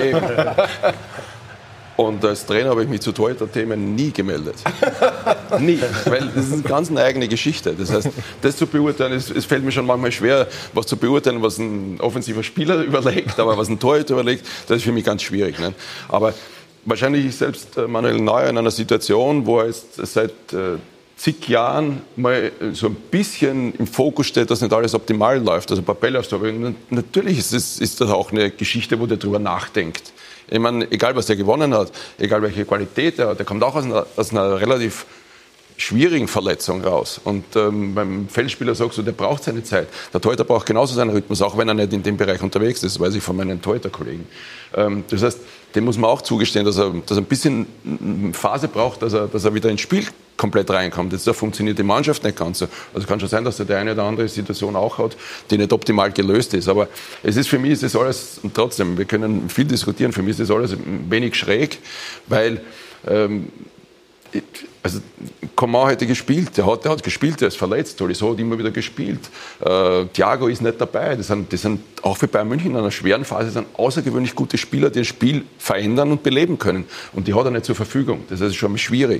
Und als Trainer habe ich mich zu Torhüter-Themen nie gemeldet. Nie. Weil das ist eine ganz eigene Geschichte. Das heißt, das zu beurteilen, es fällt mir schon manchmal schwer, was zu beurteilen, was ein offensiver Spieler überlegt, aber was ein Torhüter überlegt, das ist für mich ganz schwierig. Ne? Aber wahrscheinlich ist selbst Manuel Neuer in einer Situation, wo er jetzt seit zig Jahren mal so ein bisschen im Fokus steht, dass nicht alles optimal läuft, also ein paar Bälle aufs Tor. Natürlich ist das auch eine Geschichte, wo der drüber nachdenkt. Ich meine, egal was der gewonnen hat, egal welche Qualität er hat, der kommt auch aus einer relativ schwierigen Verletzung raus. Und beim Feldspieler sagst du, der braucht seine Zeit. Der Torhüter braucht genauso seinen Rhythmus, auch wenn er nicht in dem Bereich unterwegs ist, das weiß ich von meinen Torhüterkollegen. Das heißt, dem muss man auch zugestehen, dass er ein bisschen Phase braucht, dass er wieder ins Spiel komplett reinkommt. Jetzt funktioniert die Mannschaft nicht ganz so. Also kann schon sein, dass er die eine oder andere Situation auch hat, die nicht optimal gelöst ist. Aber für mich ist das alles, und trotzdem, wir können viel diskutieren, für mich ist das alles ein wenig schräg, weil also Coman hätte gespielt, der hat gespielt, der ist verletzt, Tolisso hat immer wieder gespielt, Thiago ist nicht dabei, das sind auch für Bayern München in einer schweren Phase sind außergewöhnlich gute Spieler, die das Spiel verändern und beleben können, und die hat er nicht zur Verfügung, das ist schon mal schwierig.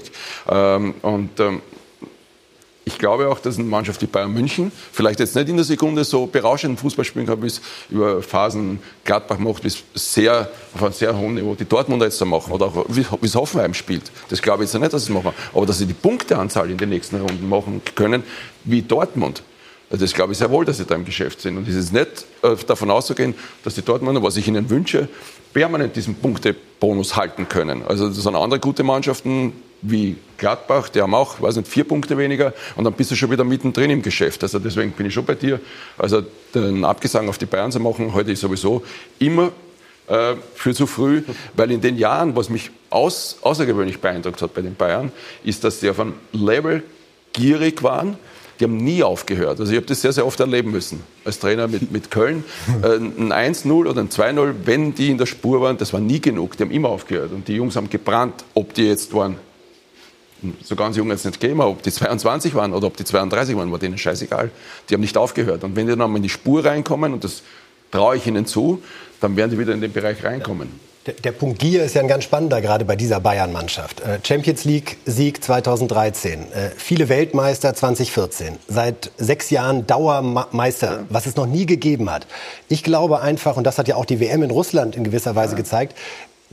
Ich glaube auch, dass eine Mannschaft wie Bayern München vielleicht jetzt nicht in der Sekunde so berauschenden Fußball spielen kann, wie es über Phasen Gladbach macht, wie es auf einem sehr hohen Niveau die Dortmunder jetzt da machen oder auch wie es Hoffenheim spielt. Das glaube ich jetzt nicht, dass sie es machen. Aber dass sie die Punkteanzahl in den nächsten Runden machen können wie Dortmund, das glaube ich sehr wohl, dass sie da im Geschäft sind. Und es ist nicht davon auszugehen, dass die Dortmunder, was ich ihnen wünsche, permanent diesen Punktebonus halten können. Also das sind andere gute Mannschaften wie Gladbach, die haben auch, 4 Punkte weniger, und dann bist du schon wieder mittendrin im Geschäft. Also deswegen bin ich schon bei dir. Also den Abgesang auf die Bayern zu machen, heute ist sowieso immer für zu früh, weil in den Jahren, was mich außergewöhnlich beeindruckt hat bei den Bayern, ist, dass sie auf einem Level gierig waren. Die haben nie aufgehört. Also ich habe das sehr, sehr oft erleben müssen als Trainer mit Köln. Ein 1-0 oder ein 2-0, wenn die in der Spur waren, das war nie genug. Die haben immer aufgehört. Und die Jungs haben gebrannt, ob die jetzt waren, so ganz jung jetzt nicht gegeben, ob die 22 waren oder ob die 32 waren, war denen scheißegal. Die haben nicht aufgehört. Und wenn die dann mal in die Spur reinkommen, und das traue ich ihnen zu, dann werden die wieder in den Bereich reinkommen. Der Punkt Gier ist ja ein ganz spannender, gerade bei dieser Bayern-Mannschaft. Champions League-Sieg 2013, viele Weltmeister 2014, seit 6 Jahren Dauermeister, was es noch nie gegeben hat. Ich glaube einfach, und das hat ja auch die WM in Russland in gewisser Weise gezeigt,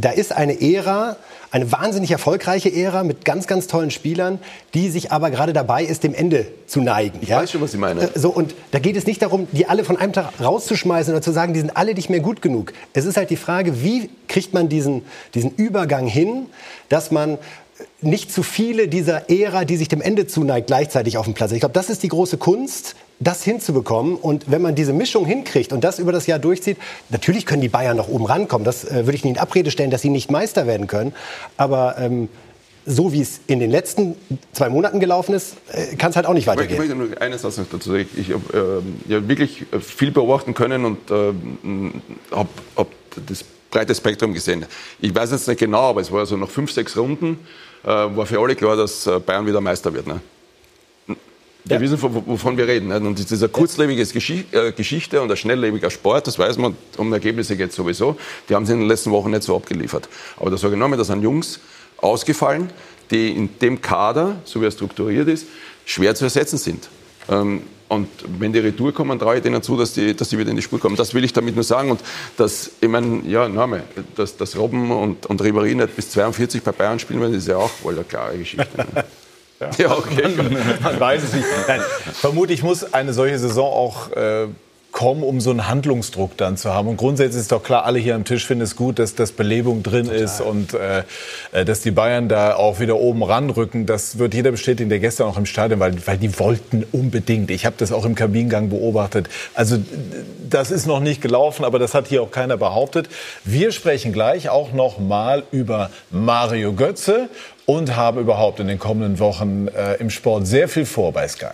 da ist eine Ära, eine wahnsinnig erfolgreiche Ära mit ganz, ganz tollen Spielern, die sich aber gerade dabei ist, dem Ende zu neigen. Ich weiß schon, was Sie meinen. Und da geht es nicht darum, die alle von einem Tag rauszuschmeißen oder zu sagen, die sind alle nicht mehr gut genug. Es ist halt die Frage, wie kriegt man diesen Übergang hin, dass man nicht zu viele dieser Ära, die sich dem Ende zuneigt, gleichzeitig auf dem Platz. Ich glaube, das ist die große Kunst, das hinzubekommen. Und wenn man diese Mischung hinkriegt und das über das Jahr durchzieht, natürlich können die Bayern noch oben rankommen. Das würde ich nicht in Abrede stellen, dass sie nicht Meister werden können. Aber so wie es in den letzten 2 Monaten gelaufen ist, kann es halt auch nicht weitergehen. Ich möchte nur einen Satz noch dazu sagen. Ich habe wirklich viel beobachten können und habe das breite Spektrum gesehen. Ich weiß jetzt nicht genau, aber es war so nach 5, 6 Runden, war für alle klar, dass Bayern wieder Meister wird. Ne? Wir wissen, wovon wir reden. Ne? Und es ist eine kurzlebige Geschichte und ein schnelllebiger Sport, das weiß man, um Ergebnisse geht es sowieso. Die haben sie in den letzten Wochen nicht so abgeliefert. Aber da sage ich nochmal, da sind Jungs ausgefallen, die in dem Kader, so wie er strukturiert ist, schwer zu ersetzen sind. Und wenn die Retour kommen, traue ich denen zu, dass die wieder in die Spur kommen. Das will ich damit nur sagen. Und dass, ich meine, dass Robben und Ribéry nicht bis 42 bei Bayern spielen werden, ist ja auch wohl eine klare Geschichte. Ja, okay. Man weiß es nicht. Nein, vermutlich muss eine solche Saison auch kommen, um so einen Handlungsdruck dann zu haben. Und grundsätzlich ist doch klar, alle hier am Tisch finden es gut, dass das Belebung drin ist und dass die Bayern da auch wieder oben ranrücken. Das wird jeder bestätigen, der gestern auch im Stadion war, weil die wollten unbedingt. Ich habe das auch im Kabinengang beobachtet. Also das ist noch nicht gelaufen, aber das hat hier auch keiner behauptet. Wir sprechen gleich auch noch mal über Mario Götze und haben überhaupt in den kommenden Wochen im Sport sehr viel vor bei Sky.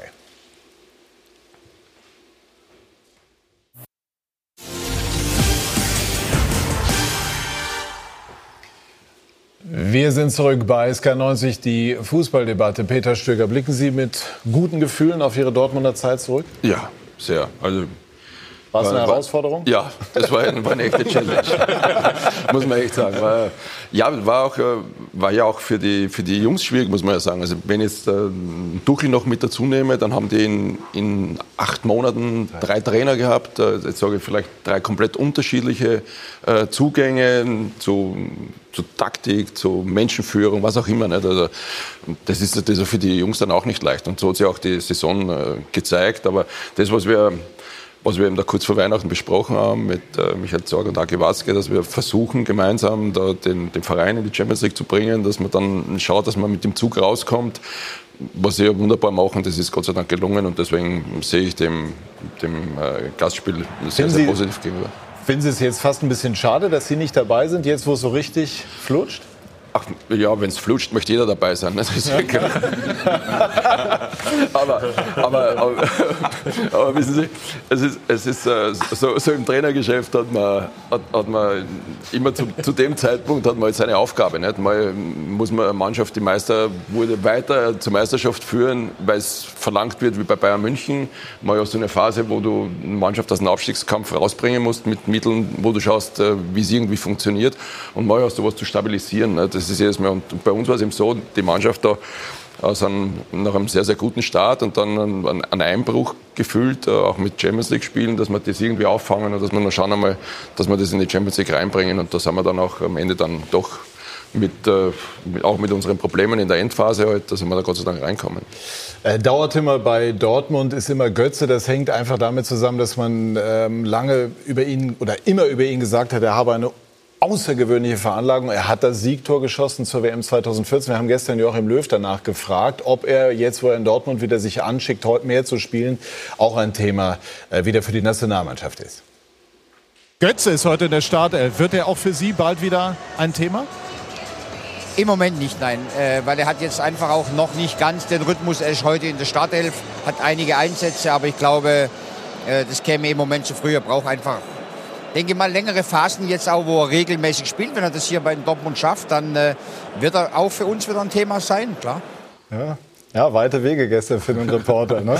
Wir sind zurück bei SK90, die Fußballdebatte. Peter Stöger, blicken Sie mit guten Gefühlen auf Ihre Dortmunder Zeit zurück? Ja, sehr. Also, war es eine Herausforderung? Ja, das war eine echte Challenge. Muss man echt sagen. War ja auch für die Jungs schwierig, muss man ja sagen. Also wenn ich jetzt Tuchel noch mit dazu nehme, dann haben die in 8 Monaten 3 Trainer gehabt. Jetzt sage ich vielleicht 3 komplett unterschiedliche Zugänge zu Taktik, zu Menschenführung, was auch immer. Nicht? Also, das ist für die Jungs dann auch nicht leicht. Und so hat sich auch die Saison gezeigt. Aber das, was wir eben da kurz vor Weihnachten besprochen haben mit Michael Zorg und Aki Watzke, dass wir versuchen, gemeinsam da den Verein in die Champions League zu bringen, dass man dann schaut, dass man mit dem Zug rauskommt, was sie ja wunderbar machen, das ist Gott sei Dank gelungen und deswegen sehe ich dem Gastspiel sehr, sehr positiv gegenüber. Finden Sie es jetzt fast ein bisschen schade, dass Sie nicht dabei sind, jetzt wo es so richtig flutscht? Ach ja, wenn es flutscht, möchte jeder dabei sein. Das ist ja klar. aber wissen Sie, es ist so im Trainergeschäft hat man immer zu dem Zeitpunkt hat man jetzt seine Aufgabe. Nicht? Mal muss man eine Mannschaft, die Meister wurde, weiter zur Meisterschaft führen, weil es verlangt wird wie bei Bayern München. Mal hast du eine Phase, wo du eine Mannschaft aus dem Abstiegskampf rausbringen musst mit Mitteln, wo du schaust, wie es irgendwie funktioniert. Und mal hast du was zu stabilisieren. Nicht? Das ist jedes Mal. Und bei uns war es eben so, die Mannschaft da nach einem sehr, sehr guten Start und dann einen Einbruch gefühlt, auch mit Champions League Spielen, dass wir das irgendwie auffangen und dass wir noch schauen einmal, dass wir das in die Champions League reinbringen. Und da sind wir dann auch am Ende dann doch auch mit unseren Problemen in der Endphase halt, dass wir da Gott sei Dank reinkommen. Dauerthema bei Dortmund ist immer Götze. Das hängt einfach damit zusammen, dass man lange über ihn oder immer über ihn gesagt hat, er habe eine außergewöhnliche Veranlagung. Er hat das Siegtor geschossen zur WM 2014. Wir haben gestern Joachim Löw danach gefragt, ob er jetzt, wo er in Dortmund wieder sich anschickt, heute mehr zu spielen, auch ein Thema wieder für die Nationalmannschaft ist. Götze ist heute in der Startelf. Wird er auch für Sie bald wieder ein Thema? Im Moment nicht, nein. Weil er hat jetzt einfach auch noch nicht ganz den Rhythmus. Er ist heute in der Startelf, hat einige Einsätze, aber ich glaube, das käme im Moment zu früh. Er braucht einfach, denke mal, längere Phasen jetzt auch, wo er regelmäßig spielt. Wenn er das hier bei Dortmund schafft, dann wird er auch für uns wieder ein Thema sein, klar. Ja, weite Wege gestern für den Reporter. Ne?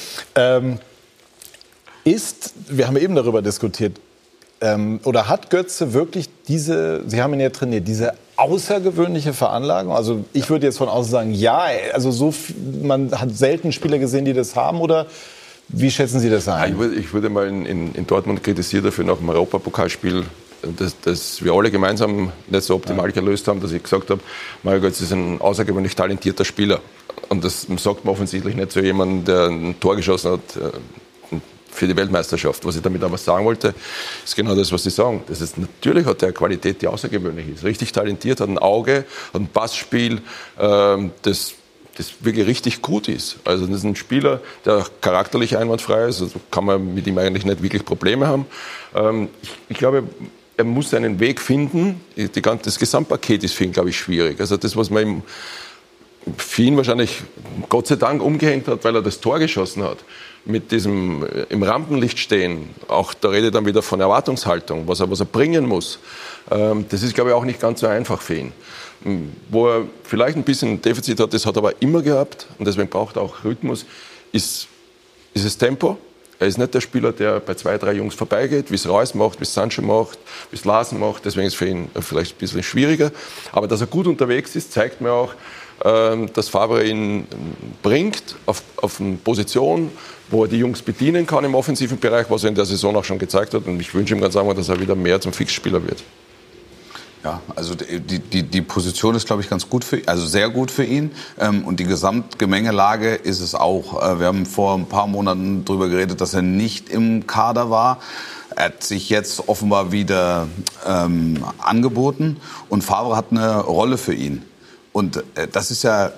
Wir haben eben darüber diskutiert, oder hat Götze wirklich Sie haben ihn ja trainiert, diese außergewöhnliche Veranlagung? Also ich würde jetzt von außen sagen, ja, also man hat selten Spieler gesehen, die das haben, oder wie schätzen Sie das ein? Ich wurde mal in Dortmund kritisiert dafür nach dem Europapokalspiel das wir alle gemeinsam nicht so optimal gelöst haben, dass ich gesagt habe, Mario Götze ist ein außergewöhnlich talentierter Spieler. Und das sagt man offensichtlich nicht zu jemandem, der ein Tor geschossen hat für die Weltmeisterschaft. Was ich damit aber sagen wollte, ist genau das, was Sie sagen. Das ist, natürlich hat er eine Qualität, die außergewöhnlich ist. Richtig talentiert, hat ein Auge, hat ein Passspiel, das wirklich richtig gut ist. Also das ist ein Spieler, der charakterlich einwandfrei ist. Also kann man mit ihm eigentlich nicht wirklich Probleme haben. Ich glaube, er muss seinen Weg finden. Das Gesamtpaket ist für ihn, glaube ich, schwierig. Also das, was man ihm für ihn wahrscheinlich Gott sei Dank umgehängt hat, weil er das Tor geschossen hat, mit diesem im Rampenlicht stehen, auch da redet dann wieder von Erwartungshaltung, was er bringen muss. Das ist, glaube ich, auch nicht ganz so einfach für ihn. Wo er vielleicht ein bisschen ein Defizit hat, das hat er aber immer gehabt und deswegen braucht er auch Rhythmus, ist das Tempo. Er ist nicht der Spieler, der bei 2, 3 Jungs vorbeigeht, wie es Reus macht, wie es Sancho macht, wie es Larsen macht. Deswegen ist es für ihn vielleicht ein bisschen schwieriger. Aber dass er gut unterwegs ist, zeigt mir auch, dass Favre ihn bringt auf eine Position, wo er die Jungs bedienen kann im offensiven Bereich, was er in der Saison auch schon gezeigt hat. Und ich wünsche ihm ganz einfach, dass er wieder mehr zum Fixspieler wird. Ja, also die Position ist, glaube ich, sehr gut für ihn. Und die Gesamtgemengelage ist es auch. Wir haben vor ein paar Monaten darüber geredet, dass er nicht im Kader war. Er hat sich jetzt offenbar wieder angeboten und Favre hat eine Rolle für ihn. Und das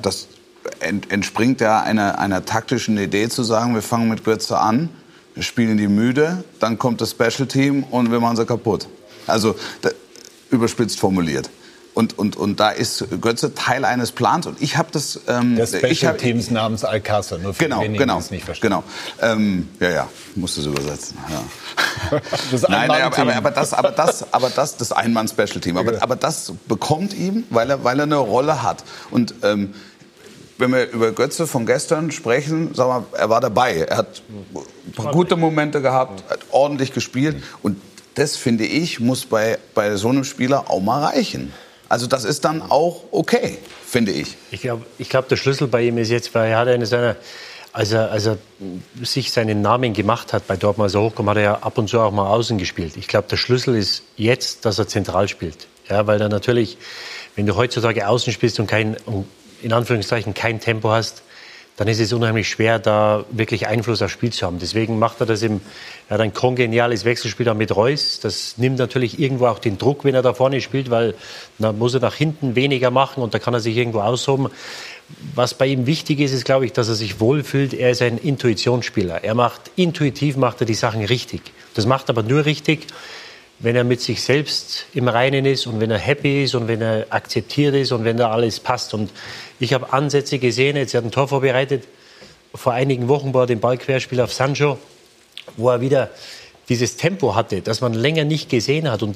entspringt ja einer taktischen Idee zu sagen, wir fangen mit Götze an, wir spielen die müde, dann kommt das Special Team und wir machen sie kaputt. Also überspitzt formuliert. Und da ist Götze Teil eines Plans. Und ich habe das... der Special Teams namens Alcácer, nur für diejenigen, die es nicht verstehen. Genau. Ja, musst du es übersetzen. Ja. Das aber das Ein-Mann-Special Team. Aber das bekommt ihm, weil er eine Rolle hat. Und wenn wir über Götze von gestern sprechen, sagen wir, er war dabei. Er hat gute Momente gehabt, hat ordentlich gespielt. Und das, finde ich, muss bei so einem Spieler auch mal reichen. Also das ist dann auch okay, finde ich. Ich glaube, der Schlüssel bei ihm ist jetzt, weil er hat als er sich seinen Namen gemacht hat bei Dortmund, als er hochkommt, hat er ja ab und zu auch mal außen gespielt. Ich glaube, der Schlüssel ist jetzt, dass er zentral spielt. Ja, weil er natürlich, wenn du heutzutage außen spielst und in Anführungszeichen kein Tempo hast, dann ist es unheimlich schwer, da wirklich Einfluss aufs Spiel zu haben. Deswegen macht er das er hat ein kongeniales Wechselspiel mit Reus. Das nimmt natürlich irgendwo auch den Druck, wenn er da vorne spielt, weil dann muss er nach hinten weniger machen und da kann er sich irgendwo austoben. Was bei ihm wichtig ist, glaube ich, dass er sich wohlfühlt. Er ist ein Intuitionsspieler. Intuitiv macht er die Sachen richtig. Das macht er aber nur richtig, wenn er mit sich selbst im Reinen ist und wenn er happy ist und wenn er akzeptiert ist und wenn da alles passt. Und ich habe Ansätze gesehen, jetzt hat er ein Tor vorbereitet, vor einigen Wochen, wo er den Ball querspielt auf Sancho, wo er wieder dieses Tempo hatte, das man länger nicht gesehen hat und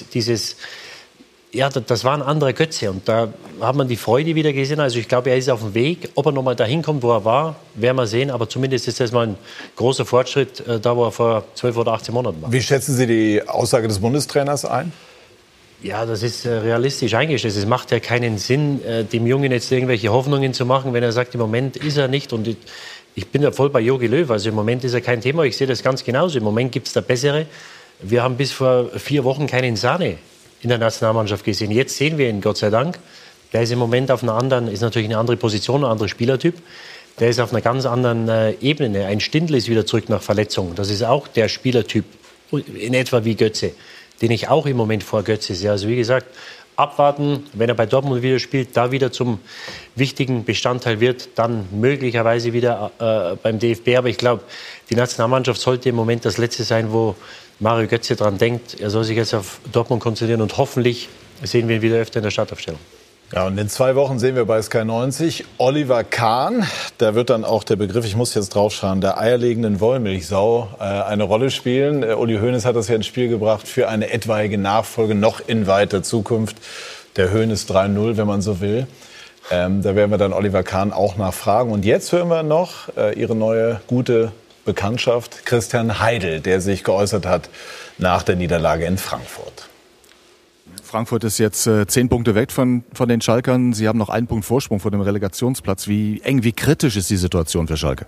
das war ein anderer Götze und da hat man die Freude wieder gesehen. Also ich glaube, er ist auf dem Weg. Ob er noch mal dahin kommt, wo er war, werden wir sehen. Aber zumindest ist das mal ein großer Fortschritt, da wo er vor 12 oder 18 Monaten war. Wie schätzen Sie die Aussage des Bundestrainers ein? Ja, das ist realistisch eingeschätzt. Es macht ja keinen Sinn, dem Jungen jetzt irgendwelche Hoffnungen zu machen, wenn er sagt, im Moment ist er nicht. Und ich bin ja voll bei Jogi Löw. Also im Moment ist er kein Thema. Ich sehe das ganz genauso. Im Moment gibt es da bessere. Wir haben bis vor 4 Wochen keinen Sahne in der Nationalmannschaft gesehen. Jetzt sehen wir ihn, Gott sei Dank. Der ist im Moment auf einer anderen, ist natürlich eine andere Position, ein anderer Spielertyp. Der ist auf einer ganz anderen Ebene. Ein Stindl ist wieder zurück nach Verletzung. Das ist auch der Spielertyp, in etwa wie Götze, den ich auch im Moment vor Götze sehe. Also wie gesagt, abwarten, wenn er bei Dortmund wieder spielt, da wieder zum wichtigen Bestandteil wird, dann möglicherweise wieder beim DFB. Aber ich glaube, die Nationalmannschaft sollte im Moment das Letzte sein, wo Mario Götze dran denkt. Er soll sich jetzt auf Dortmund konzentrieren und hoffentlich sehen wir ihn wieder öfter in der Startaufstellung. Ja, und in 2 Wochen sehen wir bei Sky 90 Oliver Kahn. Da wird dann auch der Begriff, ich muss jetzt draufschauen, der eierlegenden Wollmilchsau eine Rolle spielen. Uli Hoeneß hat das ja ins Spiel gebracht für eine etwaige Nachfolge noch in weiter Zukunft. Der Hoeneß 3.0, wenn man so will. Da werden wir dann Oliver Kahn auch nachfragen. Und jetzt hören wir noch Ihre neue gute Bekanntschaft, Christian Heidel, der sich geäußert hat nach der Niederlage in Frankfurt. Frankfurt ist jetzt 10 Punkte weg von den Schalkern. Sie haben noch 1 Punkt Vorsprung vor dem Relegationsplatz. Wie kritisch ist die Situation für Schalke?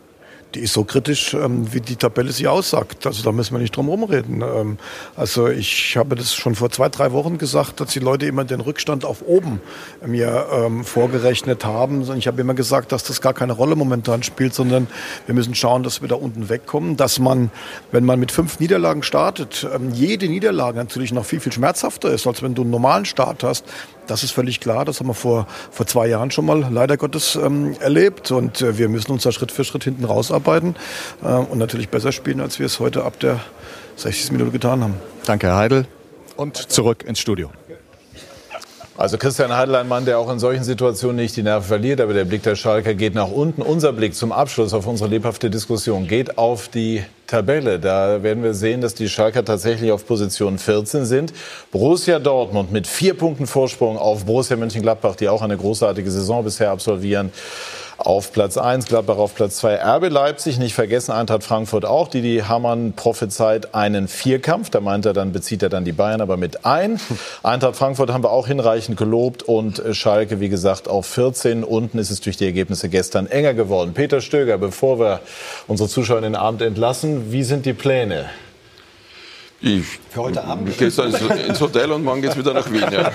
die ist so kritisch, wie die Tabelle sie aussagt. Also da müssen wir nicht drum rumreden. Also ich habe das schon vor 2-3 Wochen gesagt, dass die Leute immer den Rückstand auf oben mir vorgerechnet haben. Und ich habe immer gesagt, dass das gar keine Rolle momentan spielt, sondern wir müssen schauen, dass wir da unten wegkommen. Dass man, wenn man mit 5 Niederlagen startet, jede Niederlage natürlich noch viel, viel schmerzhafter ist, als wenn du einen normalen Start hast. Das ist völlig klar. Das haben wir vor 2 Jahren schon mal leider Gottes erlebt. Und wir müssen uns da Schritt für Schritt hinten rausarbeiten und natürlich besser spielen, als wir es heute ab der 60. Minute getan haben. Danke, Herr Heidel. Und zurück ins Studio. Also Christian Heidel, ein Mann, der auch in solchen Situationen nicht die Nerven verliert, aber der Blick der Schalker geht nach unten. Unser Blick zum Abschluss auf unsere lebhafte Diskussion geht auf die Tabelle. Da werden wir sehen, dass die Schalker tatsächlich auf Position 14 sind. Borussia Dortmund mit 4 Punkten Vorsprung auf Borussia Mönchengladbach, die auch eine großartige Saison bisher absolvieren, auf Platz 1, Gladbach auf Platz 2, RB Leipzig, nicht vergessen, Eintracht Frankfurt auch, die Hamann prophezeit einen Vierkampf, da meint er dann, bezieht er dann die Bayern aber mit ein. Eintracht Frankfurt haben wir auch hinreichend gelobt und Schalke, wie gesagt, auf 14. Unten ist es durch die Ergebnisse gestern enger geworden. Peter Stöger, bevor wir unsere Zuschauer in den Abend entlassen, wie sind die Pläne? Für heute Abend? Ich gehe ins Hotel und morgen geht es wieder nach Wien. Ja.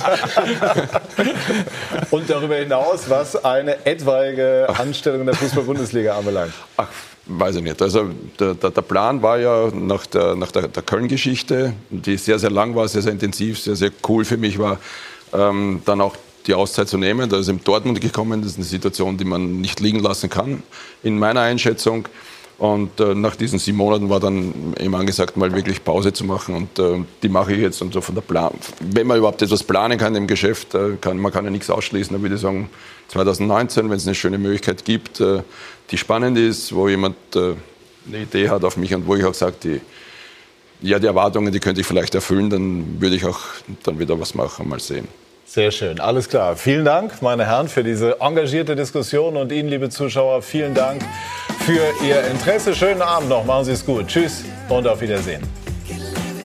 Und darüber hinaus, was eine etwaige Anstellung in der Fußball-Bundesliga anbelangt? Ach, weiß ich nicht. Also der Plan war ja nach der Köln-Geschichte, die sehr, sehr lang war, sehr, sehr intensiv, sehr, sehr cool für mich war, dann auch die Auszeit zu nehmen. Da ist im Dortmund gekommen. Das ist eine Situation, die man nicht liegen lassen kann, in meiner Einschätzung. Und nach diesen 7 Monaten war dann eben angesagt, mal wirklich Pause zu machen. Und die mache ich jetzt. Und so von der Plan, wenn man überhaupt etwas planen kann im Geschäft, man kann ja nichts ausschließen. Da würde ich sagen, 2019, wenn es eine schöne Möglichkeit gibt, die spannend ist, wo jemand eine Idee hat auf mich und wo ich auch sage, die Erwartungen, die könnte ich vielleicht erfüllen, dann würde ich auch dann wieder was machen, mal sehen. Sehr schön, alles klar. Vielen Dank, meine Herren, für diese engagierte Diskussion und Ihnen, liebe Zuschauer, vielen Dank für Ihr Interesse. Schönen Abend noch, machen Sie es gut. Tschüss und auf Wiedersehen.